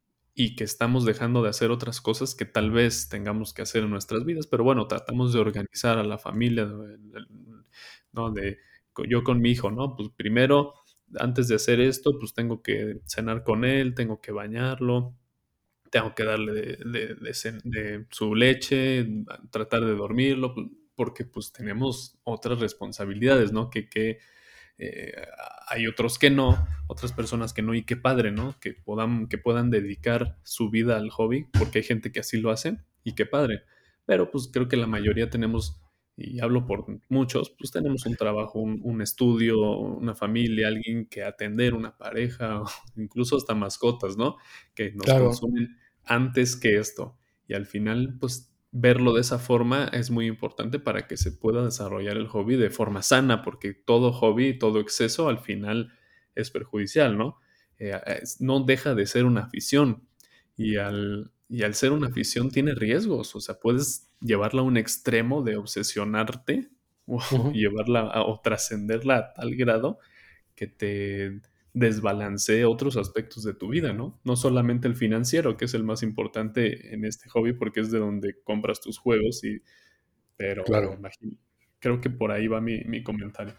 y que estamos dejando de hacer otras cosas que tal vez tengamos que hacer en nuestras vidas, pero bueno, tratamos de organizar a la familia, de- de- ¿no? De yo con mi hijo, ¿no? Pues primero, antes de hacer esto, pues tengo que cenar con él, tengo que bañarlo, tengo que darle de, de- de cen- de su leche, tratar de dormirlo, pues, porque pues tenemos otras responsabilidades, ¿no? Que, que eh, hay otros que no, otras personas que no, y qué padre, ¿no? Que puedan, que puedan dedicar su vida al hobby, porque hay gente que así lo hace, y qué padre. Pero pues creo que la mayoría tenemos, y hablo por muchos, pues tenemos un trabajo, un, un estudio, una familia, alguien que atender, una pareja, o incluso hasta mascotas, ¿no? Que nos claro, consumen antes que esto. Y al final, pues verlo de esa forma es muy importante para que se pueda desarrollar el hobby de forma sana, porque todo hobby, todo exceso al final es perjudicial, ¿no? Eh, es- no deja de ser una afición y al, y al ser una afición tiene riesgos, o sea, puedes llevarla a un extremo de obsesionarte o ujú, llevarla a, o trascenderla a tal grado que te desbalancee otros aspectos de tu vida, ¿no? No solamente el financiero, que es el más importante en este hobby porque es de donde compras tus juegos, y, pero claro, imagino, creo que por ahí va mi, mi comentario.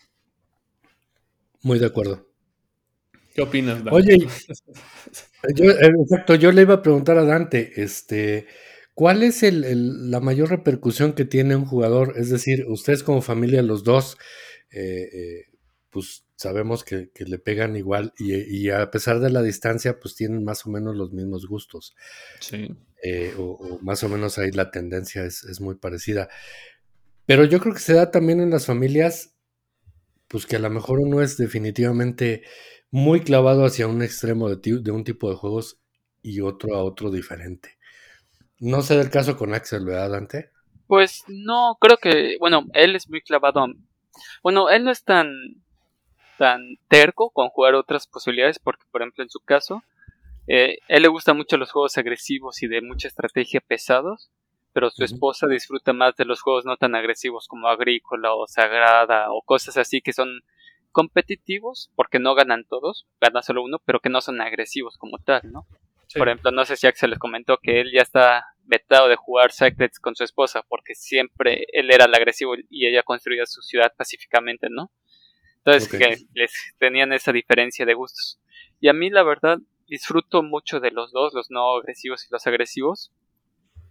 muy de acuerdo. ¿Qué opinas, Dante? Oye, yo, eh, exacto, yo le iba a preguntar a Dante, este, ¿cuál es el, el- la mayor repercusión que tiene un jugador? Es decir, ustedes como familia, los dos, eh, eh, pues sabemos que, que le pegan igual y, y a pesar de la distancia, pues tienen más o menos los mismos gustos, Sí. eh, o, o más o menos ahí la tendencia es, es muy parecida. Pero yo creo que se da también en las familias, pues que a lo mejor uno es definitivamente muy clavado hacia un extremo de, ti- de un tipo de juegos y otro a otro diferente. No sé del caso con Axel, ¿verdad, Dante? Pues no, creo que, bueno, él es muy clavado. a- Bueno, él no es tan, tan terco con jugar otras posibilidades, porque, por ejemplo, en su caso, eh, él le gustan mucho los juegos agresivos y de mucha estrategia pesados, pero su Ujú, esposa disfruta más de los juegos no tan agresivos como Agrícola o Sagrada o cosas así que son competitivos, porque no ganan todos, gana solo uno, pero que no son agresivos como tal, ¿no? Por Sí. ejemplo, no sé si Axel les comentó que él ya está vetado de jugar Secrets con su esposa porque siempre él era el agresivo y ella construía su ciudad pacíficamente, ¿no? Entonces ok. que les tenían esa diferencia de gustos. Y a mí la verdad disfruto mucho de los dos, los no agresivos y los agresivos,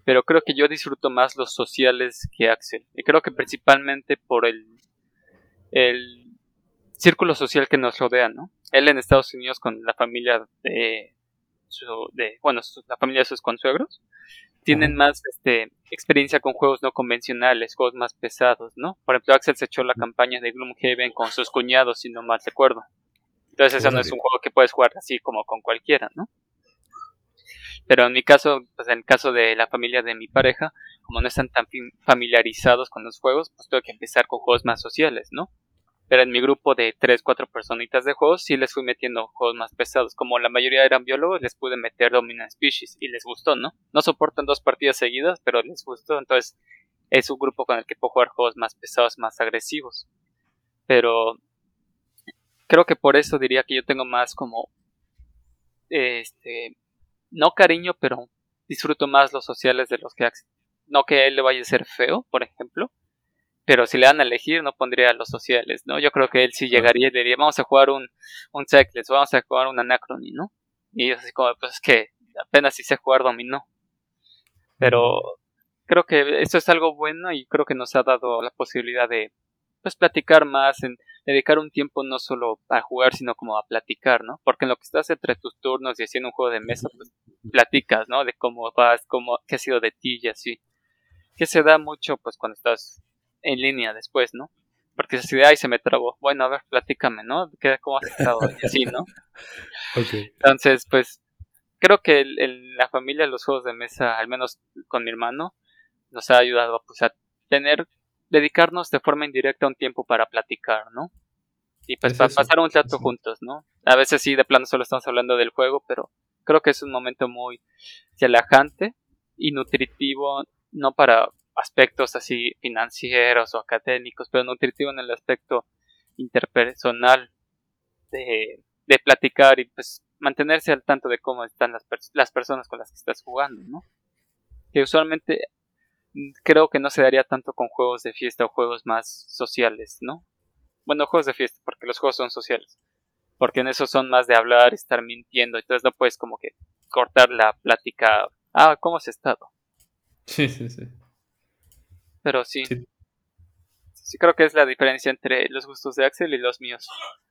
pero creo que yo disfruto más los sociales que Axel. Y creo que principalmente por el, el círculo social que nos rodea, ¿no? Él en Estados Unidos con la familia de, su, de bueno, su, la familia de sus consuegros, tienen uh-huh. más este, experiencia con juegos no convencionales, juegos más pesados, ¿no? Por ejemplo, Axel se echó la campaña de Gloomhaven con sus cuñados, si no mal recuerdo. Entonces eso no es un juego que puedes jugar así como con cualquiera, ¿no? Pero en mi caso, pues en el caso de la familia de mi pareja, como no están tan familiarizados con los juegos, pues tengo que empezar con juegos más sociales, ¿no? Pero en mi grupo de tres, cuatro personitas de juegos sí les fui metiendo juegos más pesados. Como la mayoría eran biólogos, les pude meter Dominant Species y les gustó, ¿no? No soportan dos partidas seguidas, pero les gustó. Entonces es un grupo con el que puedo jugar juegos más pesados, más agresivos. Pero creo que por eso diría que yo tengo más como este no cariño, pero disfruto más los sociales de los que Axel. No que a él le vaya a ser feo, por ejemplo, pero si le dan a elegir no pondría los sociales, ¿no? Yo creo que él sí llegaría y diría, vamos a jugar un, un Cycles, vamos a jugar un Anachrony, ¿no? Y yo así como, pues es que apenas sí sé jugar dominó. Pero creo que esto es algo bueno y creo que nos ha dado la posibilidad de pues platicar más, en dedicar un tiempo no solo a jugar, sino como a platicar, ¿no? Porque en lo que estás entre tus turnos y haciendo un juego de mesa, pues platicas, ¿no? De cómo vas, cómo, qué ha sido de ti y así. Que se da mucho, pues, cuando estás en línea después, ¿no? Porque si de, ay, se me trabó. Bueno, a ver, platícame, ¿no? ¿Qué, ¿Cómo has estado? Y así, ¿no? Okay. Entonces, pues, creo que el, el, la familia, los juegos de mesa, al menos con mi hermano, nos ha ayudado pues, a tener, dedicarnos de forma indirecta un tiempo para platicar, ¿no? Y pues para pasar un rato sí. juntos, ¿no? A veces sí, de plano solo estamos hablando del juego, pero creo que es un momento muy relajante y nutritivo, no para aspectos así financieros o académicos, pero nutritivo en el aspecto interpersonal de, de platicar y pues mantenerse al tanto de cómo están las, pers- las personas con las que estás jugando, ¿no? Que usualmente creo que no se daría tanto con juegos de fiesta o juegos más sociales, ¿no? Bueno, juegos de fiesta, porque los juegos son sociales. Porque en esos son más de hablar, estar mintiendo, entonces no puedes como que cortar la plática. Ah, ¿cómo has estado? Sí, sí, sí. Pero sí. Sí, sí creo que es la diferencia entre los gustos de Axel y los míos.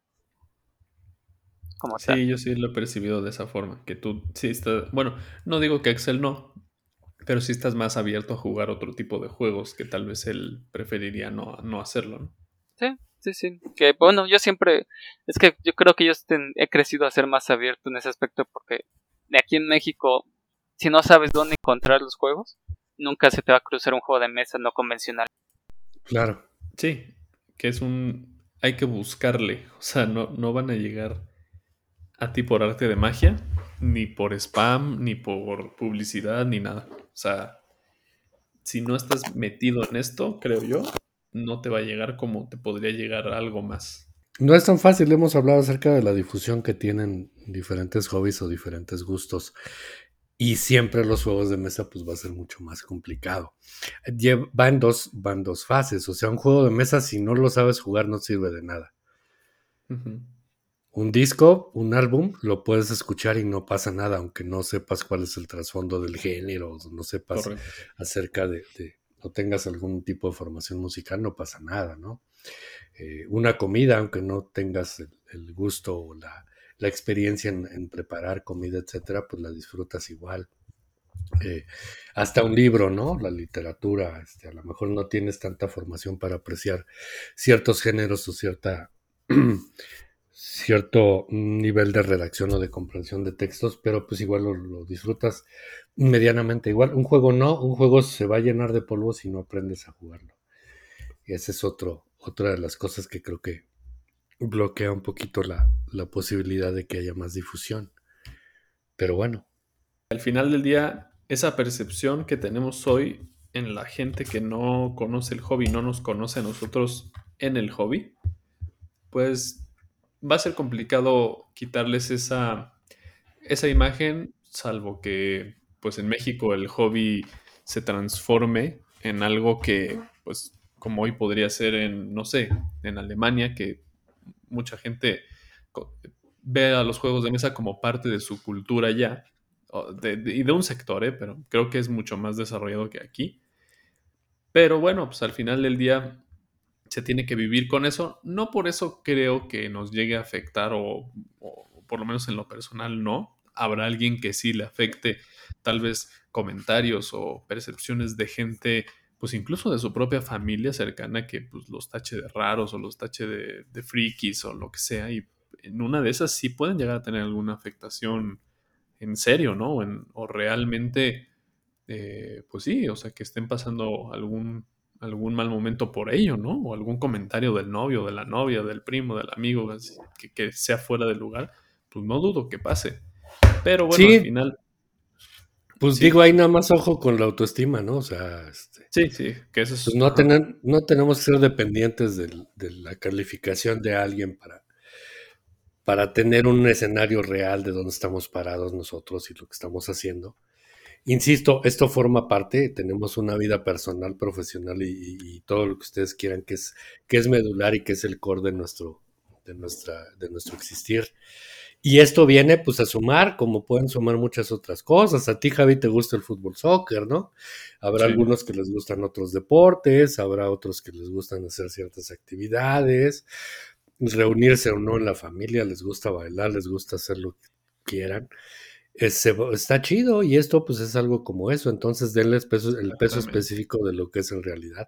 Como sí tal. yo sí lo he percibido de esa forma, que tú sí estás, bueno, no digo que Axel no, pero sí estás más abierto a jugar otro tipo de juegos que tal vez él preferiría no, no hacerlo, ¿no? Sí, sí, sí. Que bueno, yo siempre, es que yo creo que yo ten, he crecido a ser más abierto en ese aspecto porque aquí en México, si no sabes dónde encontrar los juegos, nunca se te va a cruzar un juego de mesa no convencional. Claro. Sí, que es un, hay que buscarle, o sea, no, no van a llegar a ti por arte de magia, ni por spam, ni por publicidad, ni nada. O sea, si no estás metido en esto, creo yo, no te va a llegar como te podría llegar algo más. No es tan fácil, hemos hablado acerca de la difusión que tienen diferentes hobbies o diferentes gustos. Y siempre los juegos de mesa pues va a ser mucho más complicado. Va en dos, va en dos fases. O sea, un juego de mesa si no lo sabes jugar no sirve de nada. Uh-huh. Un disco, un álbum, lo puedes escuchar y no pasa nada, aunque no sepas cuál es el trasfondo del género, no sepas Correcto. acerca de, de, no tengas algún tipo de formación musical, no pasa nada, ¿no? Eh, una comida, aunque no tengas el, el gusto o la, la experiencia en, en preparar comida, etcétera, pues la disfrutas igual. Eh, hasta un libro, ¿no? La literatura, este, a lo mejor no tienes tanta formación para apreciar ciertos géneros o cierta cierto nivel de redacción o de comprensión de textos, pero pues igual lo, lo disfrutas medianamente igual. Un juego no, un juego se va a llenar de polvo si no aprendes a jugarlo. Y esa es otro, otra de las cosas que creo que bloquea un poquito la, la posibilidad de que haya más difusión. Pero bueno. Al final del día, esa percepción que tenemos hoy en la gente que no conoce el hobby, no nos conoce a nosotros en el hobby, pues va a ser complicado quitarles esa, esa imagen, salvo que pues en México el hobby se transforme en algo que pues como hoy podría ser en, no sé, en Alemania, que mucha gente ve a los juegos de mesa como parte de su cultura ya. de, de, y de un sector, ¿eh? Pero creo que es mucho más desarrollado que aquí. Pero bueno, pues al final del día se tiene que vivir con eso. No por eso creo que nos llegue a afectar o, o por lo menos en lo personal no. Habrá alguien que sí le afecte tal vez comentarios o percepciones de gente, pues incluso de su propia familia cercana que pues los tache de raros o los tache de, de frikis o lo que sea. Y en una de esas sí pueden llegar a tener alguna afectación en serio, ¿no? O, en, o realmente eh, pues sí, o sea, que estén pasando algún, algún mal momento por ello, ¿no? O algún comentario del novio, de la novia, del primo, del amigo, así, que, que sea fuera de lugar, pues no dudo que pase. Pero bueno, al Sí, final, pues digo, sí, ahí nada más ojo con la autoestima, ¿no? O sea, este, sí, sí, que eso pues es, no, ajá, tener, no tenemos que ser dependientes del- de la calificación de alguien para, para tener un escenario real de dónde estamos parados nosotros y lo que estamos haciendo. Insisto, esto forma parte, tenemos una vida personal, profesional y, y- y todo lo que ustedes quieran, que es, que es medular y que es el core de nuestro, de nuestra, de nuestro existir. Y esto viene pues a sumar, como pueden sumar muchas otras cosas. A ti, Javi, te gusta el fútbol soccer, ¿no? Habrá sí, algunos que les gustan otros deportes, habrá otros que les gustan hacer ciertas actividades, reunirse o no en la familia, les gusta bailar, les gusta hacer lo que quieran. Es- está chido y esto pues es algo como eso, entonces denle peso- el peso exactamente, específico de lo que es en realidad.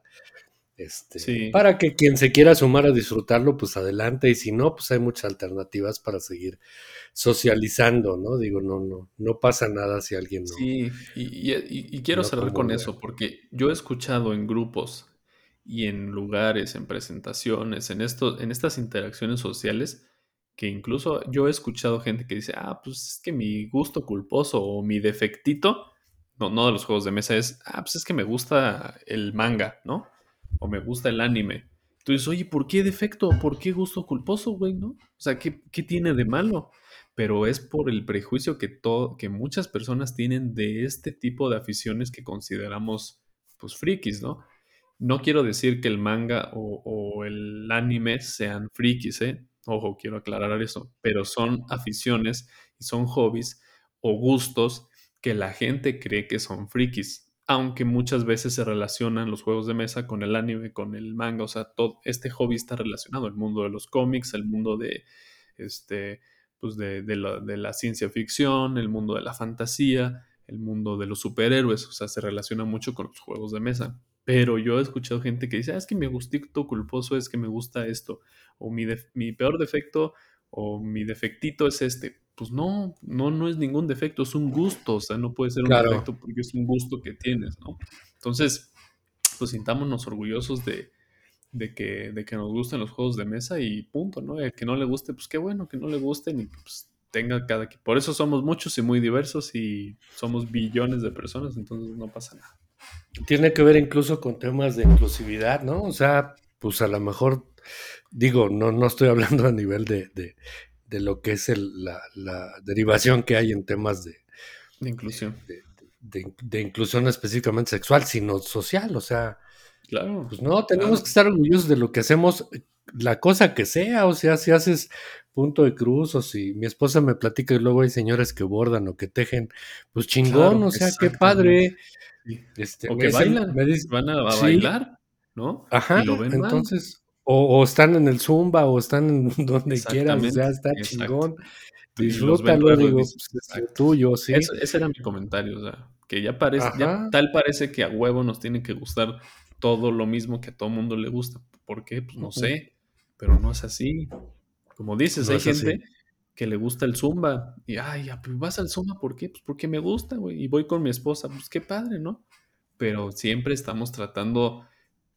Este, sí, para que quien se quiera sumar a disfrutarlo, pues adelante, y si no, pues hay muchas alternativas para seguir socializando, ¿no? Digo, no, no, no pasa nada si alguien no, sí, y, y- y- y quiero no cerrar con comulga. eso, porque yo he escuchado en grupos y en lugares, en presentaciones, en esto, en estas interacciones sociales, que incluso yo he escuchado gente que dice, ah, pues es que mi gusto culposo o mi defectito, no, no de los juegos de mesa, es, ah, pues es que me gusta el manga, ¿no? O me gusta el anime. Tú dices, oye, ¿por qué defecto? ¿Por qué gusto culposo, güey, no? O sea, ¿qué, qué tiene de malo? Pero es por el prejuicio que, to- que muchas personas tienen de este tipo de aficiones que consideramos, pues, frikis, ¿no? No quiero decir que el manga o, o el anime sean frikis, ¿eh? Ojo, quiero aclarar eso, pero son aficiones y son hobbies o gustos que la gente cree que son frikis, aunque muchas veces se relacionan los juegos de mesa con el anime, con el manga, o sea, todo este hobby está relacionado, el mundo de los cómics, el mundo de, este, pues de, de la, de la ciencia ficción, el mundo de la fantasía, el mundo de los superhéroes, o sea, se relaciona mucho con los juegos de mesa. Pero yo he escuchado gente que dice, ah, es que mi gustito culposo es que me gusta esto, o mi, def- mi peor defecto, o mi defectito es este. Pues no, no, no es ningún defecto, es un gusto, o sea, no puede ser un Claro, defecto porque es un gusto que tienes, ¿no? Entonces, pues sintámonos orgullosos de, de que, de que nos gusten los juegos de mesa y punto, ¿no? El que no le guste, pues qué bueno que no le gusten y pues tenga cada quien. Por eso somos muchos y muy diversos y somos billones de personas, entonces no pasa nada. tiene que ver incluso con temas de inclusividad, ¿no? O sea, pues a lo mejor, digo, no, no estoy hablando a nivel de, de, de lo que es el, la, la derivación que hay en temas de, De de, inclusión. de, de, de inclusión específicamente sexual, sino social. O sea, Claro, pues no, tenemos que claro. estar orgullosos de lo que hacemos, la cosa que sea. O sea, si haces punto de cruz o si mi esposa me platica y luego hay señores que bordan o que tejen, pues chingón, Claro, o sea, qué exactamente. padre. Sí. Este, O me que dicen, bailan, me dicen, van a, a sí, bailar, ¿no? Y ajá, lo ven mal. entonces, o, o están en el Zumba o están en donde quieras, o sea, Exactamente, está exacto. chingón, Y los ven disfrútalo, raro y digo, dices, pues es lo exacto. tuyo, sí, Ese, ese era mi comentario, o sea, que ya parece, ya ajá, tal parece que a huevo nos tiene que gustar todo lo mismo que a todo mundo le gusta. ¿Por qué? Pues no uh-uh, sé, pero no es así. Como dices, no hay es así. gente que le gusta el Zumba y, ay, ya, pues vas al Zumba, ¿por qué? Pues porque me gusta, güey, y voy con mi esposa, pues qué padre, ¿no? Pero siempre estamos tratando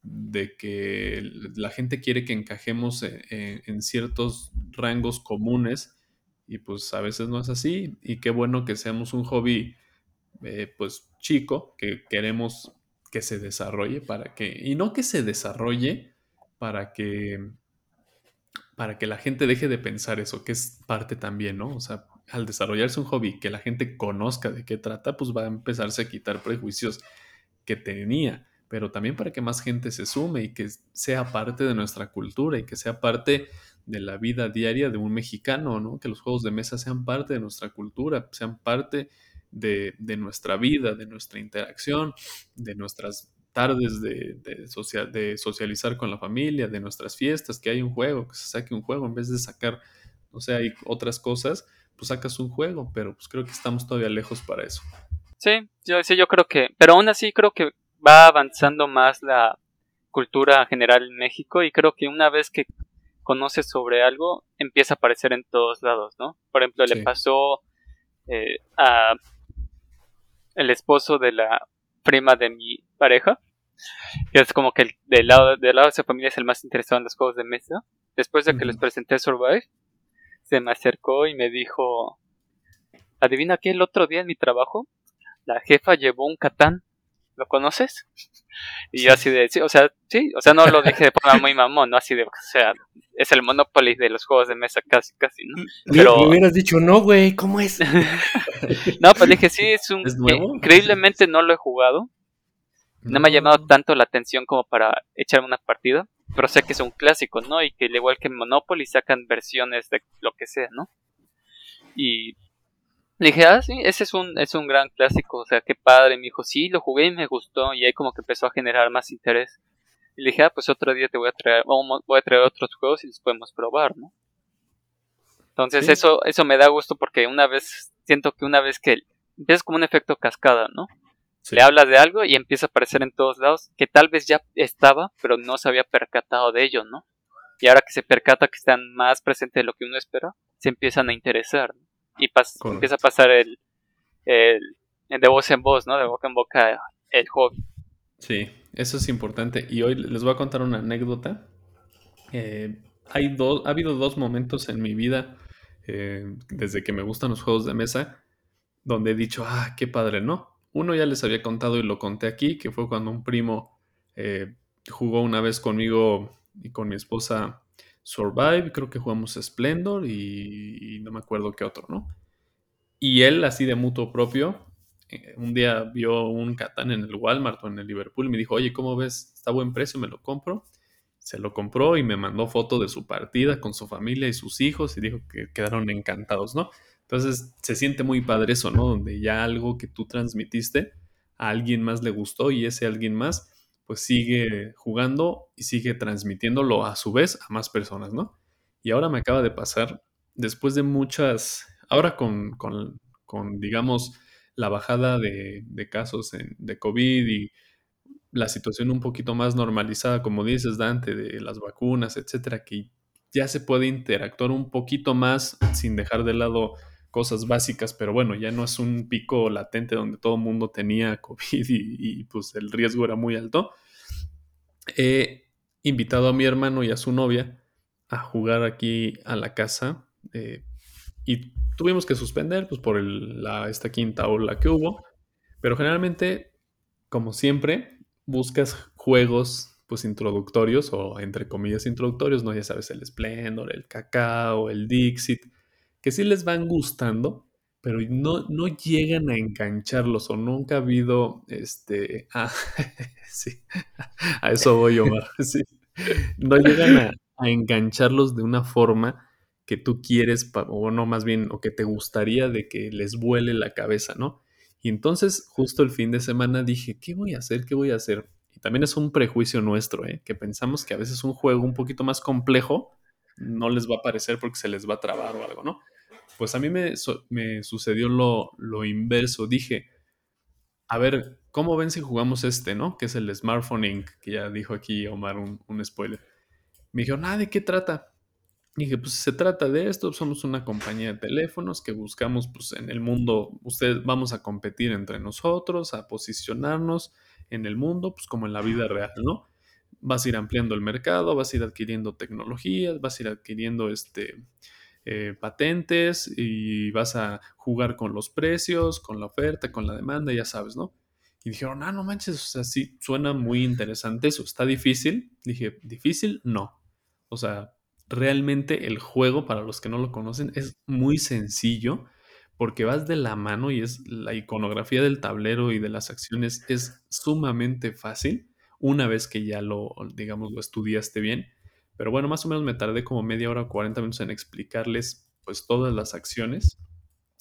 de que la gente quiere que encajemos en, en- en ciertos rangos comunes y pues a veces no es así y qué bueno que seamos un hobby eh, pues chico que queremos que se desarrolle para que y no que se desarrolle para que para que la gente deje de pensar eso, que es parte también, ¿no? O sea, al desarrollarse un hobby que la gente conozca de qué trata, pues va a empezarse a quitar prejuicios que tenía, pero también para que más gente se sume y que sea parte de nuestra cultura y que sea parte de la vida diaria de un mexicano, ¿no? Que los juegos de mesa sean parte de nuestra cultura, sean parte de, de nuestra vida, de nuestra interacción, de nuestras tardes de, de, social, de socializar con la familia, de nuestras fiestas, que hay un juego, que se saque un juego en vez de sacar, o sea, hay otras cosas, pues sacas un juego, pero pues creo que estamos todavía lejos para eso. Sí, yo, sí, yo creo que, pero aún así creo que va avanzando más la cultura general en México y creo que una vez que conoces sobre algo, empieza a aparecer en todos lados, ¿no? Por ejemplo, sí. le pasó eh, a el esposo de la prima de mi pareja, que es como que el, del, lado, del lado de su familia es el más interesado en los juegos de mesa. Después de que uh-huh. les presenté Survive, se me acercó y me dijo, adivina qué, el otro día en mi trabajo, la jefa llevó un Catán, ¿lo conoces? Y yo así de, sí, o sea, sí, o sea, no lo dije de forma muy mamón, no así de, o sea, es el Monopoly de los juegos de mesa casi, casi, ¿no? Pero me hubieras dicho, no, güey, ¿cómo es? No, pues dije, sí, es un, ¿Es nuevo? Eh, increíblemente no lo he jugado, no. no me ha llamado tanto la atención como para echarme una partida, pero sé que es un clásico, ¿no? Y que al igual que Monopoly sacan versiones de lo que sea, ¿no? Y dije, ah, sí, ese es un, es un gran clásico, o sea, qué padre. Me dijo, sí, lo jugué y me gustó, y ahí como que empezó a generar más interés. Y le dije, ah, pues otro día te voy a traer, voy a traer otros juegos y los podemos probar, ¿no? Entonces sí. eso, eso me da gusto porque una vez, siento que una vez que empiezas como un efecto cascada, ¿no? Sí. Le hablas de algo y empieza a aparecer en todos lados, que tal vez ya estaba, pero no se había percatado de ello, ¿no? Y ahora que se percata que están más presentes de lo que uno espera, se empiezan a interesar, ¿no? Y pas- empieza a pasar el, el, el de voz en voz, ¿no? De boca en boca el hobby. Sí, eso es importante. Y hoy les voy a contar una anécdota. Eh, hay dos, ha habido dos momentos en mi vida, eh, desde que me gustan los juegos de mesa, donde he dicho, ah, qué padre, ¿no? Uno ya les había contado y lo conté aquí, que fue cuando un primo eh, jugó una vez conmigo y con mi esposa Survive, creo que jugamos Splendor y, y no me acuerdo qué otro, ¿no? Y él, así de mutuo propio, eh, un día vio un Catán en el Walmart o en el Liverpool y me dijo, oye, ¿cómo ves? Está a buen precio, me lo compro. Se lo compró y me mandó foto de su partida con su familia y sus hijos y dijo que quedaron encantados, ¿no? Entonces se siente muy padre eso, ¿no? Donde ya algo que tú transmitiste a alguien más le gustó y ese alguien más pues sigue jugando y sigue transmitiéndolo a su vez a más personas, ¿no? Y ahora me acaba de pasar, después de muchas, ahora con, con, con digamos, la bajada de, de casos en, de COVID y la situación un poquito más normalizada, como dices, Dante, de las vacunas, etcétera, que ya se puede interactuar un poquito más sin dejar de lado cosas básicas, pero bueno, ya no es un pico latente donde todo el mundo tenía COVID y, y pues el riesgo era muy alto. He invitado a mi hermano y a su novia a jugar aquí a la casa eh, y tuvimos que suspender pues por el, la, esta quinta ola que hubo, pero generalmente, como siempre, buscas juegos pues introductorios o entre comillas introductorios, ¿no? Ya sabes, el Splendor, el Cacao, el Dixit, que sí les van gustando, pero no, no llegan a engancharlos o nunca ha habido, este, ah, sí, a eso voy, Omar, sí, no llegan a, a engancharlos de una forma que tú quieres, o no, más bien, o que te gustaría de que les vuele la cabeza, ¿no? Y entonces, justo el fin de semana dije, ¿qué voy a hacer? ¿Qué voy a hacer? Y también es un prejuicio nuestro, ¿eh? Que pensamos que a veces un juego un poquito más complejo no les va a parecer porque se les va a trabar o algo, ¿no? Pues a mí me, so, me sucedió lo, lo inverso. Dije, a ver, ¿cómo ven si jugamos este, no? Que es el Smartphone incorporated, que ya dijo aquí Omar un, un spoiler. Me dijeron, ah, ¿de qué trata? Y dije, pues se trata de esto, somos una compañía de teléfonos que buscamos, pues en el mundo, ustedes vamos a competir entre nosotros, a posicionarnos en el mundo, pues como en la vida real, ¿no? Vas a ir ampliando el mercado, vas a ir adquiriendo tecnologías, vas a ir adquiriendo este, eh, patentes y vas a jugar con los precios, con la oferta, con la demanda, ya sabes, ¿no? Y dijeron, ah, no manches, o sea, sí, suena muy interesante eso, ¿está difícil? Dije, ¿difícil? No. O sea, realmente el juego, para los que no lo conocen, es muy sencillo porque vas de la mano y es la iconografía del tablero y de las acciones es sumamente fácil una vez que ya lo, digamos, lo estudiaste bien. Pero bueno, más o menos me tardé como media hora o cuarenta minutos en explicarles pues todas las acciones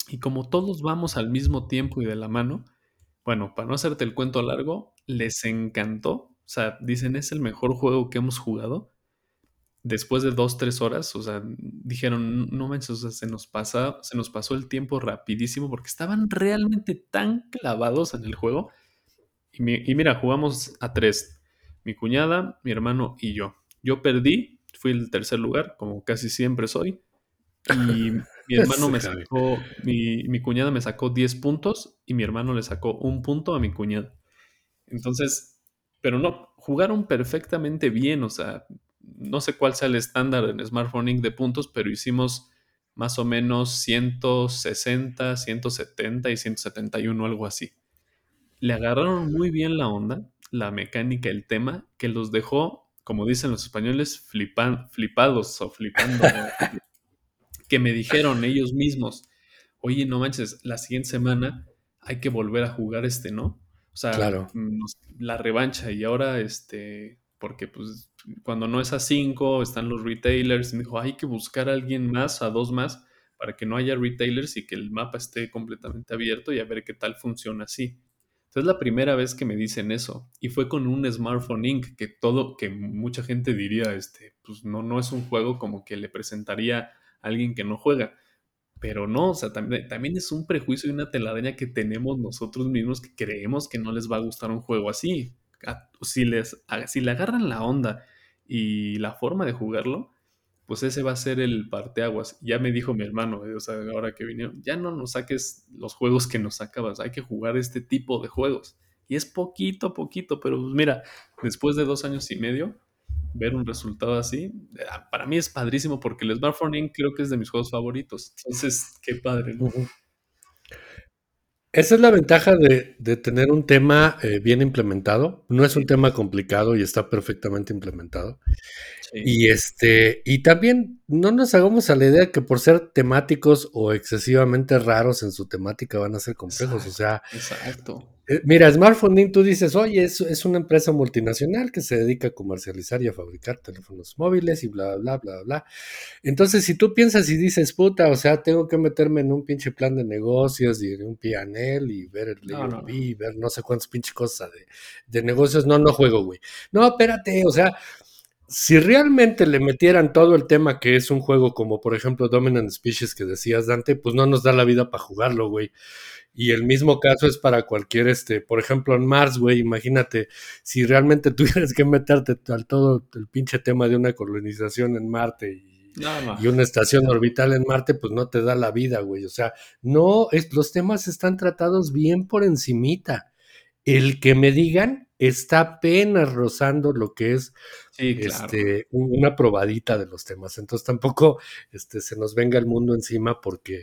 Y como todos vamos al mismo tiempo y de la mano, bueno, para no hacerte el cuento largo, les encantó. O sea, dicen, es el mejor juego que hemos jugado. Después de dos, tres horas, o sea, dijeron, no manches, o sea, se nos pasa, se nos pasó el tiempo rapidísimo porque estaban realmente tan clavados en el juego. Y, mi- y mira, jugamos a tres, mi cuñada, mi hermano y yo. Yo perdí, fui el tercer lugar, como casi siempre soy, y mi hermano Sí, me Javi. sacó, mi, mi cuñada me sacó diez puntos y mi hermano le sacó un punto a mi cuñada. Entonces, pero no, jugaron perfectamente bien, o sea, no sé cuál sea el estándar en Smartphone Inc de puntos, pero hicimos más o menos ciento sesenta, ciento setenta y ciento setenta y uno, algo así. Le agarraron muy bien la onda, la mecánica, el tema, que los dejó, como dicen los españoles, flipan, flipados o flipando, que me dijeron ellos mismos, oye, no manches, la siguiente semana hay que volver a jugar este, ¿no? O sea, Claro, nos- la revancha y ahora, este, porque pues cuando no es a cinco, están los retailers, y me dijo, hay que buscar a alguien más, a dos más, para que no haya retailers y que el mapa esté completamente abierto y a ver qué tal funciona así. Entonces, es la primera vez que me dicen eso. Y fue con un Smartphone Inc. que todo, que mucha gente diría, este, pues no, no es un juego como que le presentaría a alguien que no juega. Pero no, o sea, también, también es un prejuicio y una telaraña que tenemos nosotros mismos que creemos que no les va a gustar un juego así. A- Si les, a- si le agarran la onda y la forma de jugarlo, pues ese va a ser el parteaguas. Ya me dijo mi hermano, eh, o sea, ahora que vinieron, ya no nos saques los juegos que nos sacabas, hay que jugar este tipo de juegos. Y es poquito a poquito, pero pues mira, después de dos años y medio, ver un resultado así, ah, para mí es padrísimo porque el Smartphone Inc. creo que es de mis juegos favoritos. Entonces, qué padre, ¿no? ujú. Esa es la ventaja de, de tener un tema eh, bien implementado. No es un Sí, tema complicado y está perfectamente implementado. sí, Y este, y también no nos hagamos a la idea que por ser temáticos o excesivamente raros en su temática van a ser complejos. O exacto, sea, exacto. eh, mira, Smartphone, tú dices, oye, es, es una empresa multinacional que se dedica a comercializar y a fabricar teléfonos móviles y bla, bla, bla, bla. Entonces, si tú piensas y dices, puta, o sea, tengo que meterme en un pinche plan de negocios y en un P and L y ver el No, A O no, P no. y ver no sé cuántas pinches cosas de, de negocios, no, no juego, güey. No, espérate, o sea, si realmente le metieran todo el tema que es un juego como por ejemplo Dominant Species que decías Dante, pues no nos da la vida para jugarlo, güey. Y el mismo caso es para cualquier, este, por ejemplo en Mars, güey, imagínate, si realmente tuvieras que meterte al todo el pinche tema de una colonización en Marte y, No, no. y una estación orbital en Marte, pues no te da la vida, güey. O sea, no, es, los temas están tratados bien por encimita. El que me digan está apenas rozando lo que es Sí, claro. este, una probadita de los temas. Entonces tampoco este, se nos venga el mundo encima porque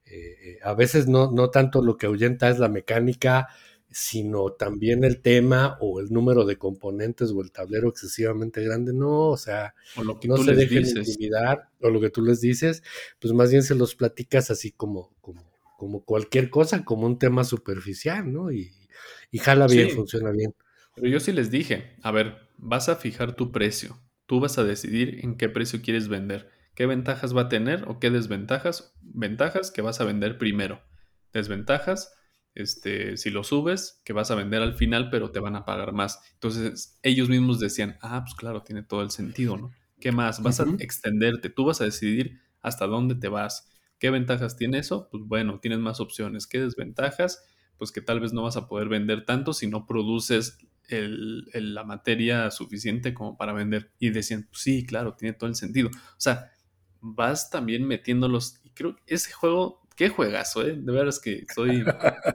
eh, a veces no, no tanto lo que ahuyenta es la mecánica, sino también el tema o el número de componentes o el tablero excesivamente grande. No, o sea, O lo que no tú se les dejen dices. intimidar o lo que tú les dices, pues más bien se los platicas así como, como, como cualquier cosa, como un tema superficial, ¿no? Y, y jala bien, Sí, funciona bien. pero yo sí les dije, a ver, vas a fijar tu precio. Tú vas a decidir en qué precio quieres vender. ¿Qué ventajas va a tener o qué desventajas? Ventajas que vas a vender primero. Desventajas, este, si lo subes, que vas a vender al final, pero te van a pagar más. Entonces, ellos mismos decían, ah, pues claro, tiene todo el sentido, ¿no? ¿Qué más? Vas a Ujú. extenderte, tú vas a decidir hasta dónde te vas. ¿Qué ventajas tiene eso? Pues bueno, tienes más opciones. ¿Qué desventajas? Pues que tal vez no vas a poder vender tanto si no produces el- el- la materia suficiente como para vender. Y decían, pues sí, claro, tiene todo el sentido. O sea, vas también metiéndolos. Y creo que ese juego, qué juegazo, ¿eh? De veras que soy.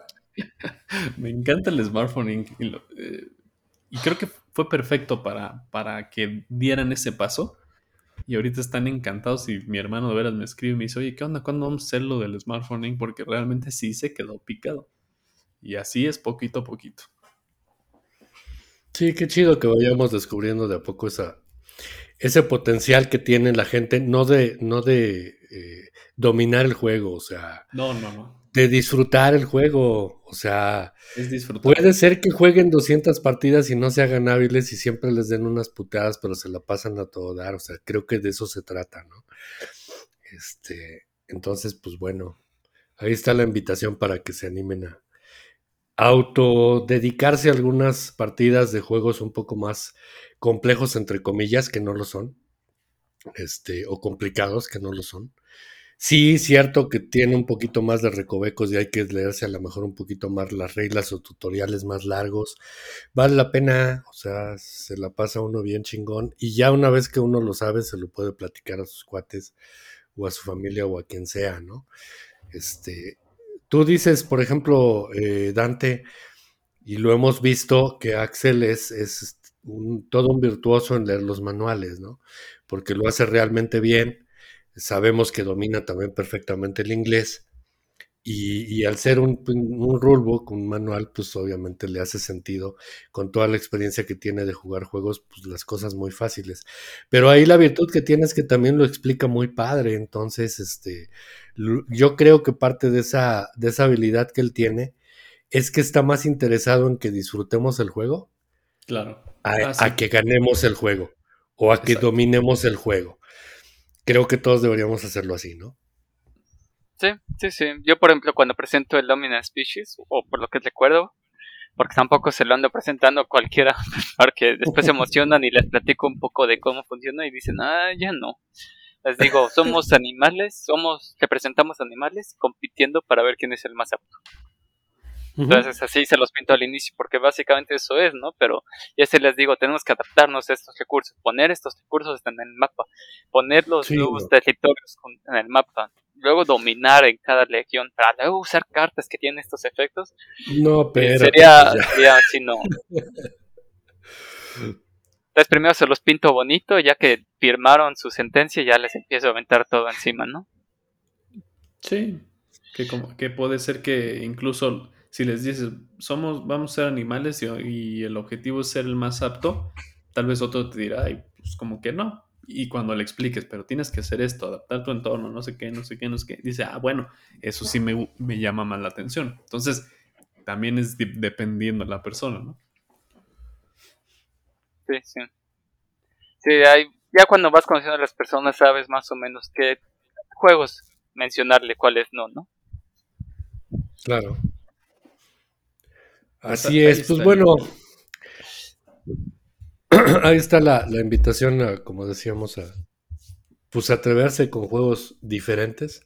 Me encanta el Smartphone Inc. Y, lo- eh, y creo que fue perfecto para, para que dieran ese paso. Y ahorita están encantados. Y mi hermano de veras me escribe y me dice, oye, ¿qué onda? ¿Cuándo vamos a hacer lo del Smartphone Inc? Porque realmente sí se quedó picado. Y así es poquito a poquito. Sí, qué chido que vayamos descubriendo de a poco esa, ese potencial que tiene la gente, no de, no de eh, dominar el juego, o sea, No, no, no. de disfrutar el juego, o sea, Es disfrutarlo. puede ser que jueguen doscientas partidas y no se hagan hábiles y siempre les den unas puteadas, pero se la pasan a todo dar, o sea, creo que de eso se trata, ¿no? Este, entonces, pues bueno, ahí está la invitación para que se animen a autodedicarse a algunas partidas de juegos un poco más complejos, entre comillas, que no lo son, este, o complicados, que no lo son. Sí, cierto que tiene un poquito más de recovecos y hay que leerse a lo mejor un poquito más las reglas o tutoriales más largos. Vale la pena, o sea, se la pasa uno bien chingón y ya una vez que uno lo sabe se lo puede platicar a sus cuates o a su familia o a quien sea, ¿no? Este, tú dices, por ejemplo, eh, Dante, y lo hemos visto que Axel es, es un, todo un virtuoso en leer los manuales, ¿no? Porque lo hace realmente bien. Sabemos que domina también perfectamente el inglés. Y, y al ser un, un rulebook, un manual, pues obviamente le hace sentido con toda la experiencia que tiene de jugar juegos, pues las cosas muy fáciles. Pero ahí la virtud que tiene es que también lo explica muy padre. Entonces, este, yo creo que parte de esa, de esa habilidad que él tiene es que está más interesado en que disfrutemos el juego Claro. a, Ah, a sí. que ganemos el juego o a que Exacto. dominemos el juego. Creo que todos deberíamos hacerlo así, ¿no? Sí, sí, sí. Yo, por ejemplo, cuando presento el Dominant Species, o por lo que recuerdo, porque tampoco se lo ando presentando a cualquiera, porque después se emocionan y les platico un poco de cómo funciona y dicen, ah, ya no. Les digo, somos animales, somos, representamos animales compitiendo para ver quién es el más apto. Entonces así se los pinto al inicio, porque básicamente eso es, ¿no? Pero ya se les digo, tenemos que adaptarnos a estos recursos, poner estos recursos en el mapa, poner los Sí, nuevos no. territorios en el mapa, luego dominar en cada legión, para luego usar cartas que tienen estos efectos. No, Eh, espérate, sería, pues ya. sería así, no. Entonces primero se los pinto bonito, ya que firmaron su sentencia, ya les empiezo a aventar todo encima, ¿no? Sí, que, como, que puede ser que incluso si les dices, somos, vamos a ser animales y, y el objetivo es ser el más apto, tal vez otro te dirá, ay, pues como que no. Y cuando le expliques, pero tienes que hacer esto, adaptar tu entorno, no sé qué, no sé qué, no sé qué, dice, ah, bueno, eso sí me, me llama más la atención. Entonces, también es de- dependiendo de la persona, ¿no? Sí, sí. Sí, hay, ya cuando vas conociendo a las personas sabes más o menos qué juegos mencionarle, cuáles no, ¿no? Claro. Pues Así ahí es. Pues está el... bueno, el- ahí está la, la invitación a, como decíamos, a pues atreverse con juegos diferentes.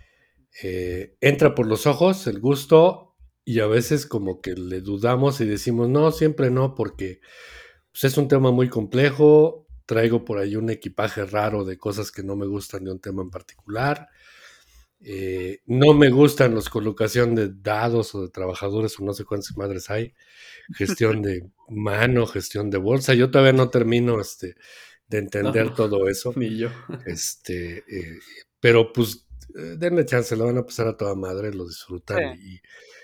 Eh, entra por los ojos el gusto y a veces como que le dudamos y decimos, no, siempre no, porque pues, es un tema muy complejo, traigo por ahí un equipaje raro de cosas que no me gustan de un tema en particular. Eh, no me gustan los colocación de dados o de trabajadores o no sé cuántas madres hay. Gestión de mano, gestión de bolsa. Yo todavía no termino este, de No, entender no, todo eso. ni yo. Este, eh, pero pues eh, denle chance, lo van a pasar a toda madre, lo Sí. disfrutan y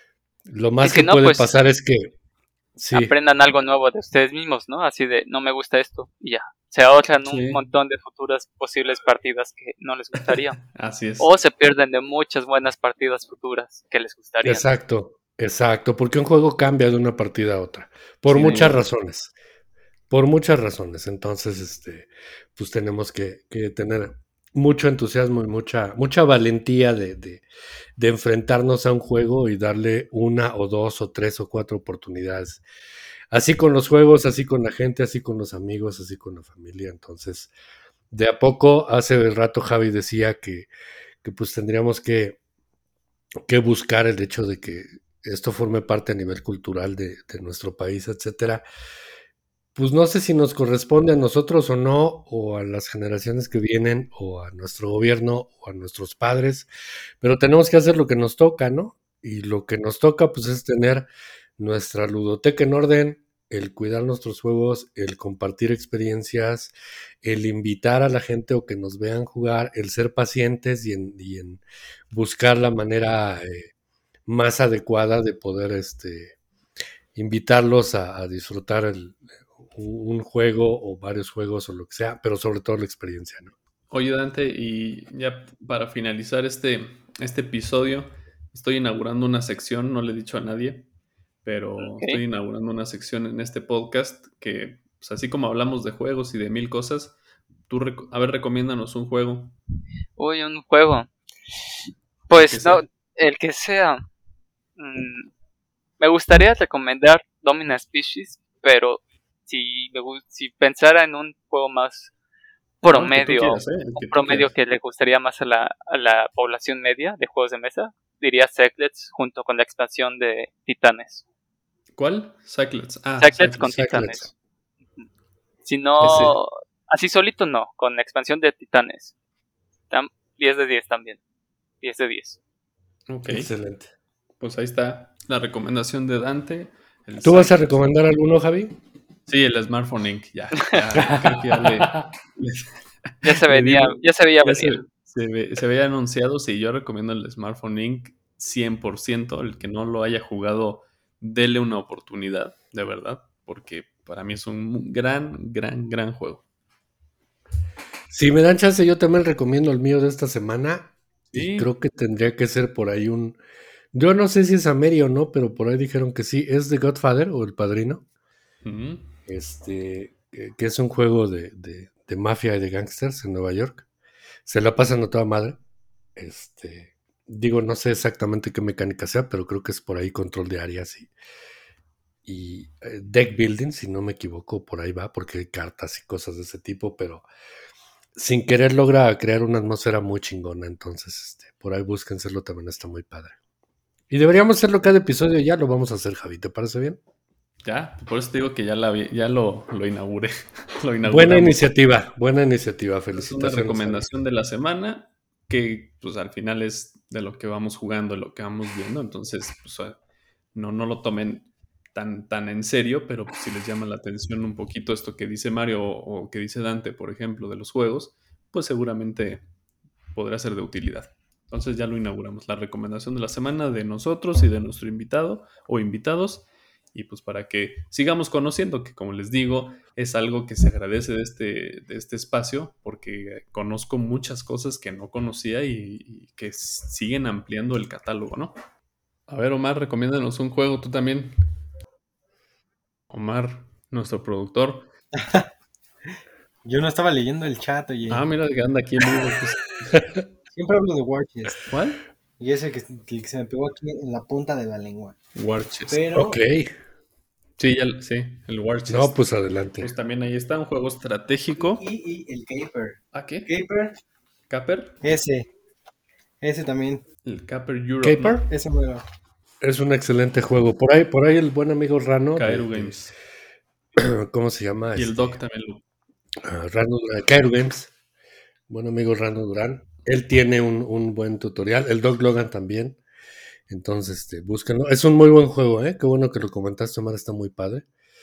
lo Y más si que no, puede pues pasar es que sí, aprendan algo nuevo de ustedes mismos, ¿no? Así de, no me gusta esto y ya. Se ahorran un Sí, montón de futuras posibles partidas que no les gustaría. así es. O se pierden de muchas buenas partidas futuras que les gustarían. exacto, exacto, porque un juego cambia de una partida a otra, por Sin muchas duda. razones, por muchas razones. Entonces, este, pues tenemos que, que tener mucho entusiasmo y mucha, mucha valentía de, de, de enfrentarnos a un juego y darle una o dos o tres o cuatro oportunidades. Así con los juegos, así con la gente, así con los amigos, así con la familia. Entonces, de a poco, hace rato Javi decía que, que pues tendríamos que, que buscar el hecho de que esto forme parte a nivel cultural de, de nuestro país, etcétera. Pues no sé si nos corresponde a nosotros o no, o a las generaciones que vienen, o a nuestro gobierno, o a nuestros padres, pero tenemos que hacer lo que nos toca, ¿no? Y lo que nos toca, pues, es tener nuestra ludoteca en orden, el cuidar nuestros juegos, el compartir experiencias, el invitar a la gente o que nos vean jugar, el ser pacientes y en, y en buscar la manera eh, más adecuada de poder este, invitarlos a, a disfrutar el, un juego o varios juegos o lo que sea, pero sobre todo la experiencia, ¿no? Oye, Dante, y ya para finalizar este, este episodio, estoy inaugurando una sección, no le he dicho a nadie, pero estoy ¿Ok? inaugurando una sección en este podcast que, pues, así como hablamos de juegos y de mil cosas, tú, rec- a ver, recomiéndanos un juego, Uy, un juego. el que Pues no, sea. el que sea. Mmm, me gustaría recomendar Domina Species, pero si me si pensara en un juego más promedio, no, quieras, ¿eh? un promedio que le gustaría más a la, a la población media de juegos de mesa, diría Cyclades junto con la expansión de Titanes. ¿Cuál? Cyclades. Ah, Cyclades con Titanes. Si no, ese. Así solito no, con la expansión de Titanes. diez de diez también. diez de diez. Ok. Excelente. Pues ahí está la recomendación de Dante. ¿Tú Cyclades. Vas a recomendar alguno, Javi? Sí, el Smartphone Incorporated. Ya, ya creo que ya le, le ya se venía, digo, ya se veía ya venir. Se, se, ve, se veía anunciado. Sí, yo recomiendo el Smartphone Incorporated cien por ciento. El que no lo haya jugado, dele una oportunidad, de verdad, porque para mí es un gran, gran, gran juego. Si me dan chance, yo también recomiendo el mío de esta semana. Sí. Y creo que tendría que ser por ahí un... Yo no sé si es Ameri o no, pero por ahí dijeron que sí. Es The Godfather o El Padrino. Uh-huh. Este, que, que es un juego de, de, de mafia y de gangsters en Nueva York. Se la pasan a toda madre. Este, digo, no sé exactamente qué mecánica sea, pero creo que es por ahí control de áreas y, y eh, deck building, si no me equivoco, por ahí va, porque hay cartas y cosas de ese tipo, pero sin querer logra crear una atmósfera muy chingona. Entonces, este, por ahí búsquenselo, también está muy padre. Y deberíamos hacerlo cada episodio, ya lo vamos a hacer, Javi, ¿te parece bien? Ya, por eso te digo que ya, la, ya lo, lo inauguré. lo buena iniciativa, buena iniciativa, felicitaciones. Es una recomendación de la semana que pues al final es de lo que vamos jugando, de lo que vamos viendo, entonces pues, no, no lo tomen tan, tan en serio, pero pues, si les llama la atención un poquito esto que dice Mario o, o que dice Dante, por ejemplo, de los juegos, pues seguramente podrá ser de utilidad. Entonces ya lo inauguramos, la recomendación de la semana de nosotros y de nuestro invitado o invitados, y pues para que sigamos conociendo, que como les digo, es algo que se agradece de este, de este espacio, porque conozco muchas cosas que no conocía y, y que siguen ampliando el catálogo, ¿no? A ver, Omar, recomiéndanos un juego tú también. Omar, nuestro productor. Yo no estaba leyendo el chat, oye. Ah, mira, que anda aquí en vivo. Pues. Siempre hablo de War Chest. ¿Cuál? Y ese que, que se me pegó aquí en la punta de la lengua. War Chest. Pero... Ok. Sí, ya, sí, el War Chest. No, pues adelante. Pues también ahí está, un juego estratégico. Y, y el Caper. ¿Ah, qué? Caper. ¿Caper? Ese. Ese también. El Caper Europe. ¿Caper? ¿No? Ese juego. Es un excelente juego. Por ahí, por ahí el buen amigo Rano. Kairu Games. De, ¿cómo se llama? Y el este, Doc también lo. Uh, Rano Durán, Kairu Games. Buen amigo Rano Durán. Él tiene un, un buen tutorial. El Doc Logan también. Entonces, este, búsquenlo. Es un muy buen juego, ¿eh? Qué bueno que lo comentaste, Omar. Está muy padre.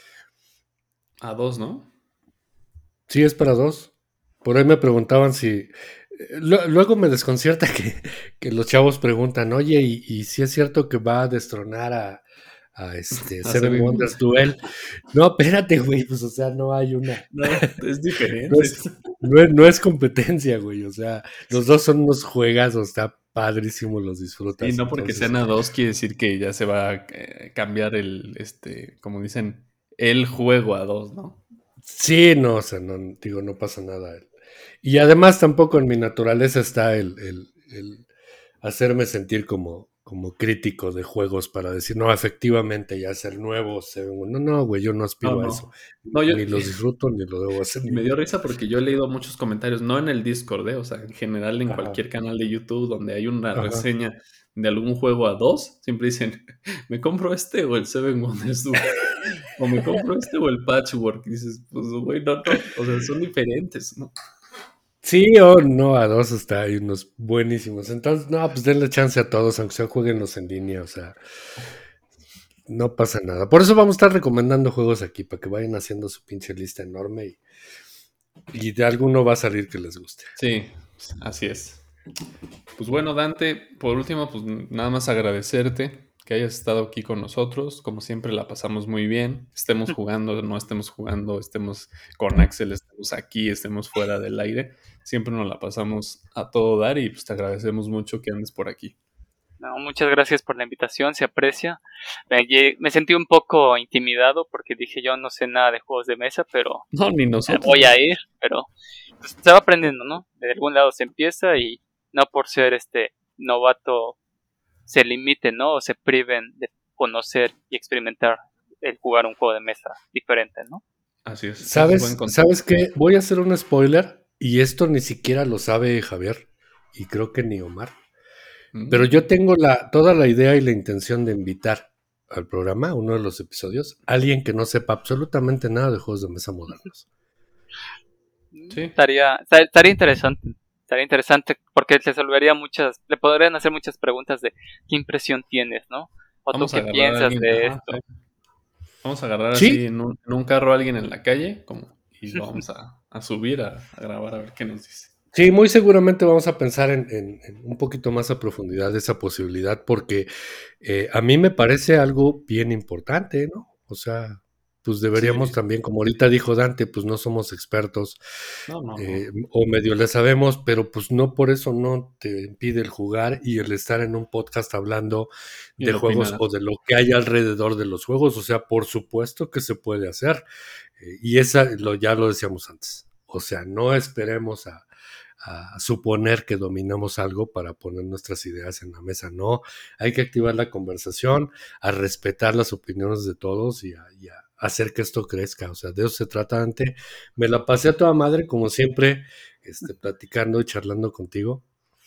A dos, ¿no? Sí, es para dos. Por ahí me preguntaban si... Luego me desconcierta que, que los chavos preguntan, oye, ¿y, y si es cierto que va a destronar a, a este a Seven Wonders Duel? No, espérate, güey, pues o sea, no hay una... No, es diferente. no, es, no, es, no es competencia, güey, o sea, los dos son unos juegazos, está padrísimo, los disfrutas. Y no porque entonces, sean a dos quiere decir que ya se va a eh, cambiar el, este, como dicen, el juego a dos, ¿no? Sí, no, o sea, no, digo, no pasa nada. Y además tampoco en mi naturaleza está el, el, el hacerme sentir como, como crítico de juegos para decir, no, efectivamente ya es el nuevo. No, no, güey, yo no aspiro no, no. a eso. No, yo, ni los disfruto ni lo debo hacer. Y me dio risa porque yo he leído muchos comentarios, no en el Discord, ¿eh? O sea, en general en Ajá. cualquier canal de YouTube donde hay una Ajá. reseña de algún juego a dos, siempre dicen, ¿me compro este o el Seven Wonders Duel? O me compro este o el Patchwork. Y dices, pues, güey, no, no. O sea, son diferentes, ¿no? Sí o no, a dos está, hay unos buenísimos. Entonces, no, pues denle chance a todos, aunque sea jueguenlos en línea, o sea, no pasa nada. Por eso vamos a estar recomendando juegos aquí, para que vayan haciendo su pinche lista enorme y, y de alguno va a salir que les guste. Sí, así es. Pues bueno, Dante, por último, pues nada más agradecerte que hayas estado aquí con nosotros. Como siempre la pasamos muy bien. Estemos jugando, no estemos jugando, estemos con Axel, estemos aquí, estemos fuera del aire. Siempre nos la pasamos a todo dar y pues te agradecemos mucho que andes por aquí. No, muchas gracias por la invitación, se aprecia. Me, me sentí un poco intimidado porque dije yo no sé nada de juegos de mesa, pero no, ni nosotros. voy a ir, pero pues, se va aprendiendo, ¿no? De algún lado se empieza y no por ser este novato se limiten, ¿no? O se priven de conocer y experimentar el jugar un juego de mesa diferente, ¿no? Así es. ¿Sabes, ¿sabes qué? Voy a hacer un spoiler y esto ni siquiera lo sabe Javier y creo que ni Omar. Mm. Pero yo tengo la, toda la idea y la intención de invitar al programa, uno de los episodios, a alguien que no sepa absolutamente nada de juegos de mesa modernos. Sí. Estaría, estaría interesante. Estaría interesante porque se resolvería muchas, le podrían hacer muchas preguntas de qué impresión tienes, ¿no? O Vamos tú qué piensas de esto. Ajá, sí. Vamos a agarrar ¿Sí? así en un, en un carro a alguien en la calle como, y lo vamos a, a subir a, a grabar a ver qué nos dice. Sí, muy seguramente vamos a pensar en, en, en un poquito más a profundidad de esa posibilidad porque eh, a mí me parece algo bien importante, ¿no? O sea, pues deberíamos sí. también, como ahorita dijo Dante, pues no somos expertos no, no, eh, no. o medio le sabemos, pero pues no por eso no te impide el jugar y el estar en un podcast hablando de juegos opinar. O de lo que hay alrededor de los juegos. O sea, por supuesto que se puede hacer. Eh, y esa lo, ya lo decíamos antes. O sea, no esperemos a, a suponer que dominamos algo para poner nuestras ideas en la mesa. No, hay que activar la conversación, a respetar las opiniones de todos y a, y a hacer que esto crezca. O sea, de eso se trata, Dante. Me la pasé a toda madre, como siempre, este, platicando y charlando contigo.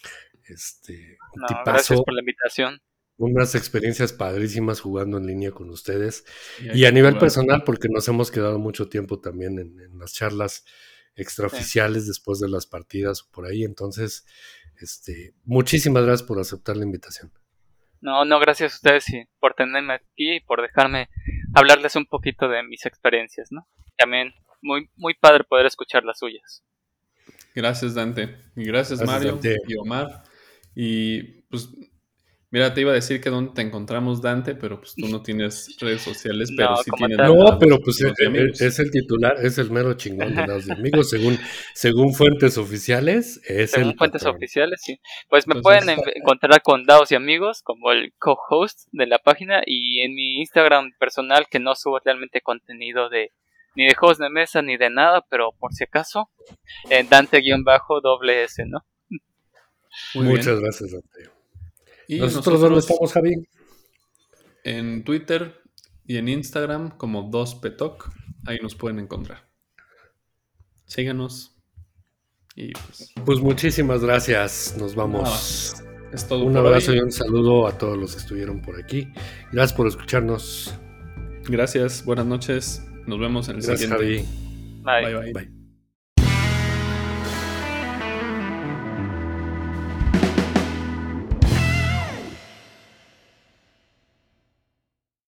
Este, no, gracias por la invitación. Unas experiencias padrísimas jugando en línea con ustedes. Y, y a nivel jugar. personal, porque nos hemos quedado mucho tiempo también en, en las charlas extraoficiales sí. después de las partidas o por ahí. Entonces, este, muchísimas gracias por aceptar la invitación. No, no, gracias a ustedes y por tenerme aquí y por dejarme hablarles un poquito de mis experiencias, ¿no? También muy, muy padre poder escuchar las suyas. Gracias, Dante. Y gracias, gracias Mario Dante. Y Omar. Y pues, mira, te iba a decir que dónde te encontramos, Dante, pero pues tú no tienes redes sociales, pero no, sí tienes. No, pero pues es, es el titular, es el mero chingón de Dados de Amigos, según, según fuentes oficiales. Es según el fuentes patrón. oficiales, sí. Pues me Entonces, pueden en- encontrar con Dados y Amigos como el co-host de la página y en mi Instagram personal que no subo realmente contenido de ni de juegos de mesa ni de nada, pero por si acaso, en Dante-doble S, ¿no? Muy Muchas bien. gracias, Dante. ¿Y ¿Nosotros, nosotros dónde estamos, Javi? En Twitter y en Instagram como dos Petoc. Ahí nos pueden encontrar. Síganos. Y pues, pues muchísimas gracias. Nos vamos. Nada, es todo un por abrazo hoy. y un saludo a todos los que estuvieron por aquí. Gracias por escucharnos. Gracias. Buenas noches. Nos vemos en el gracias, siguiente. Javi. Bye. Bye, bye. Bye.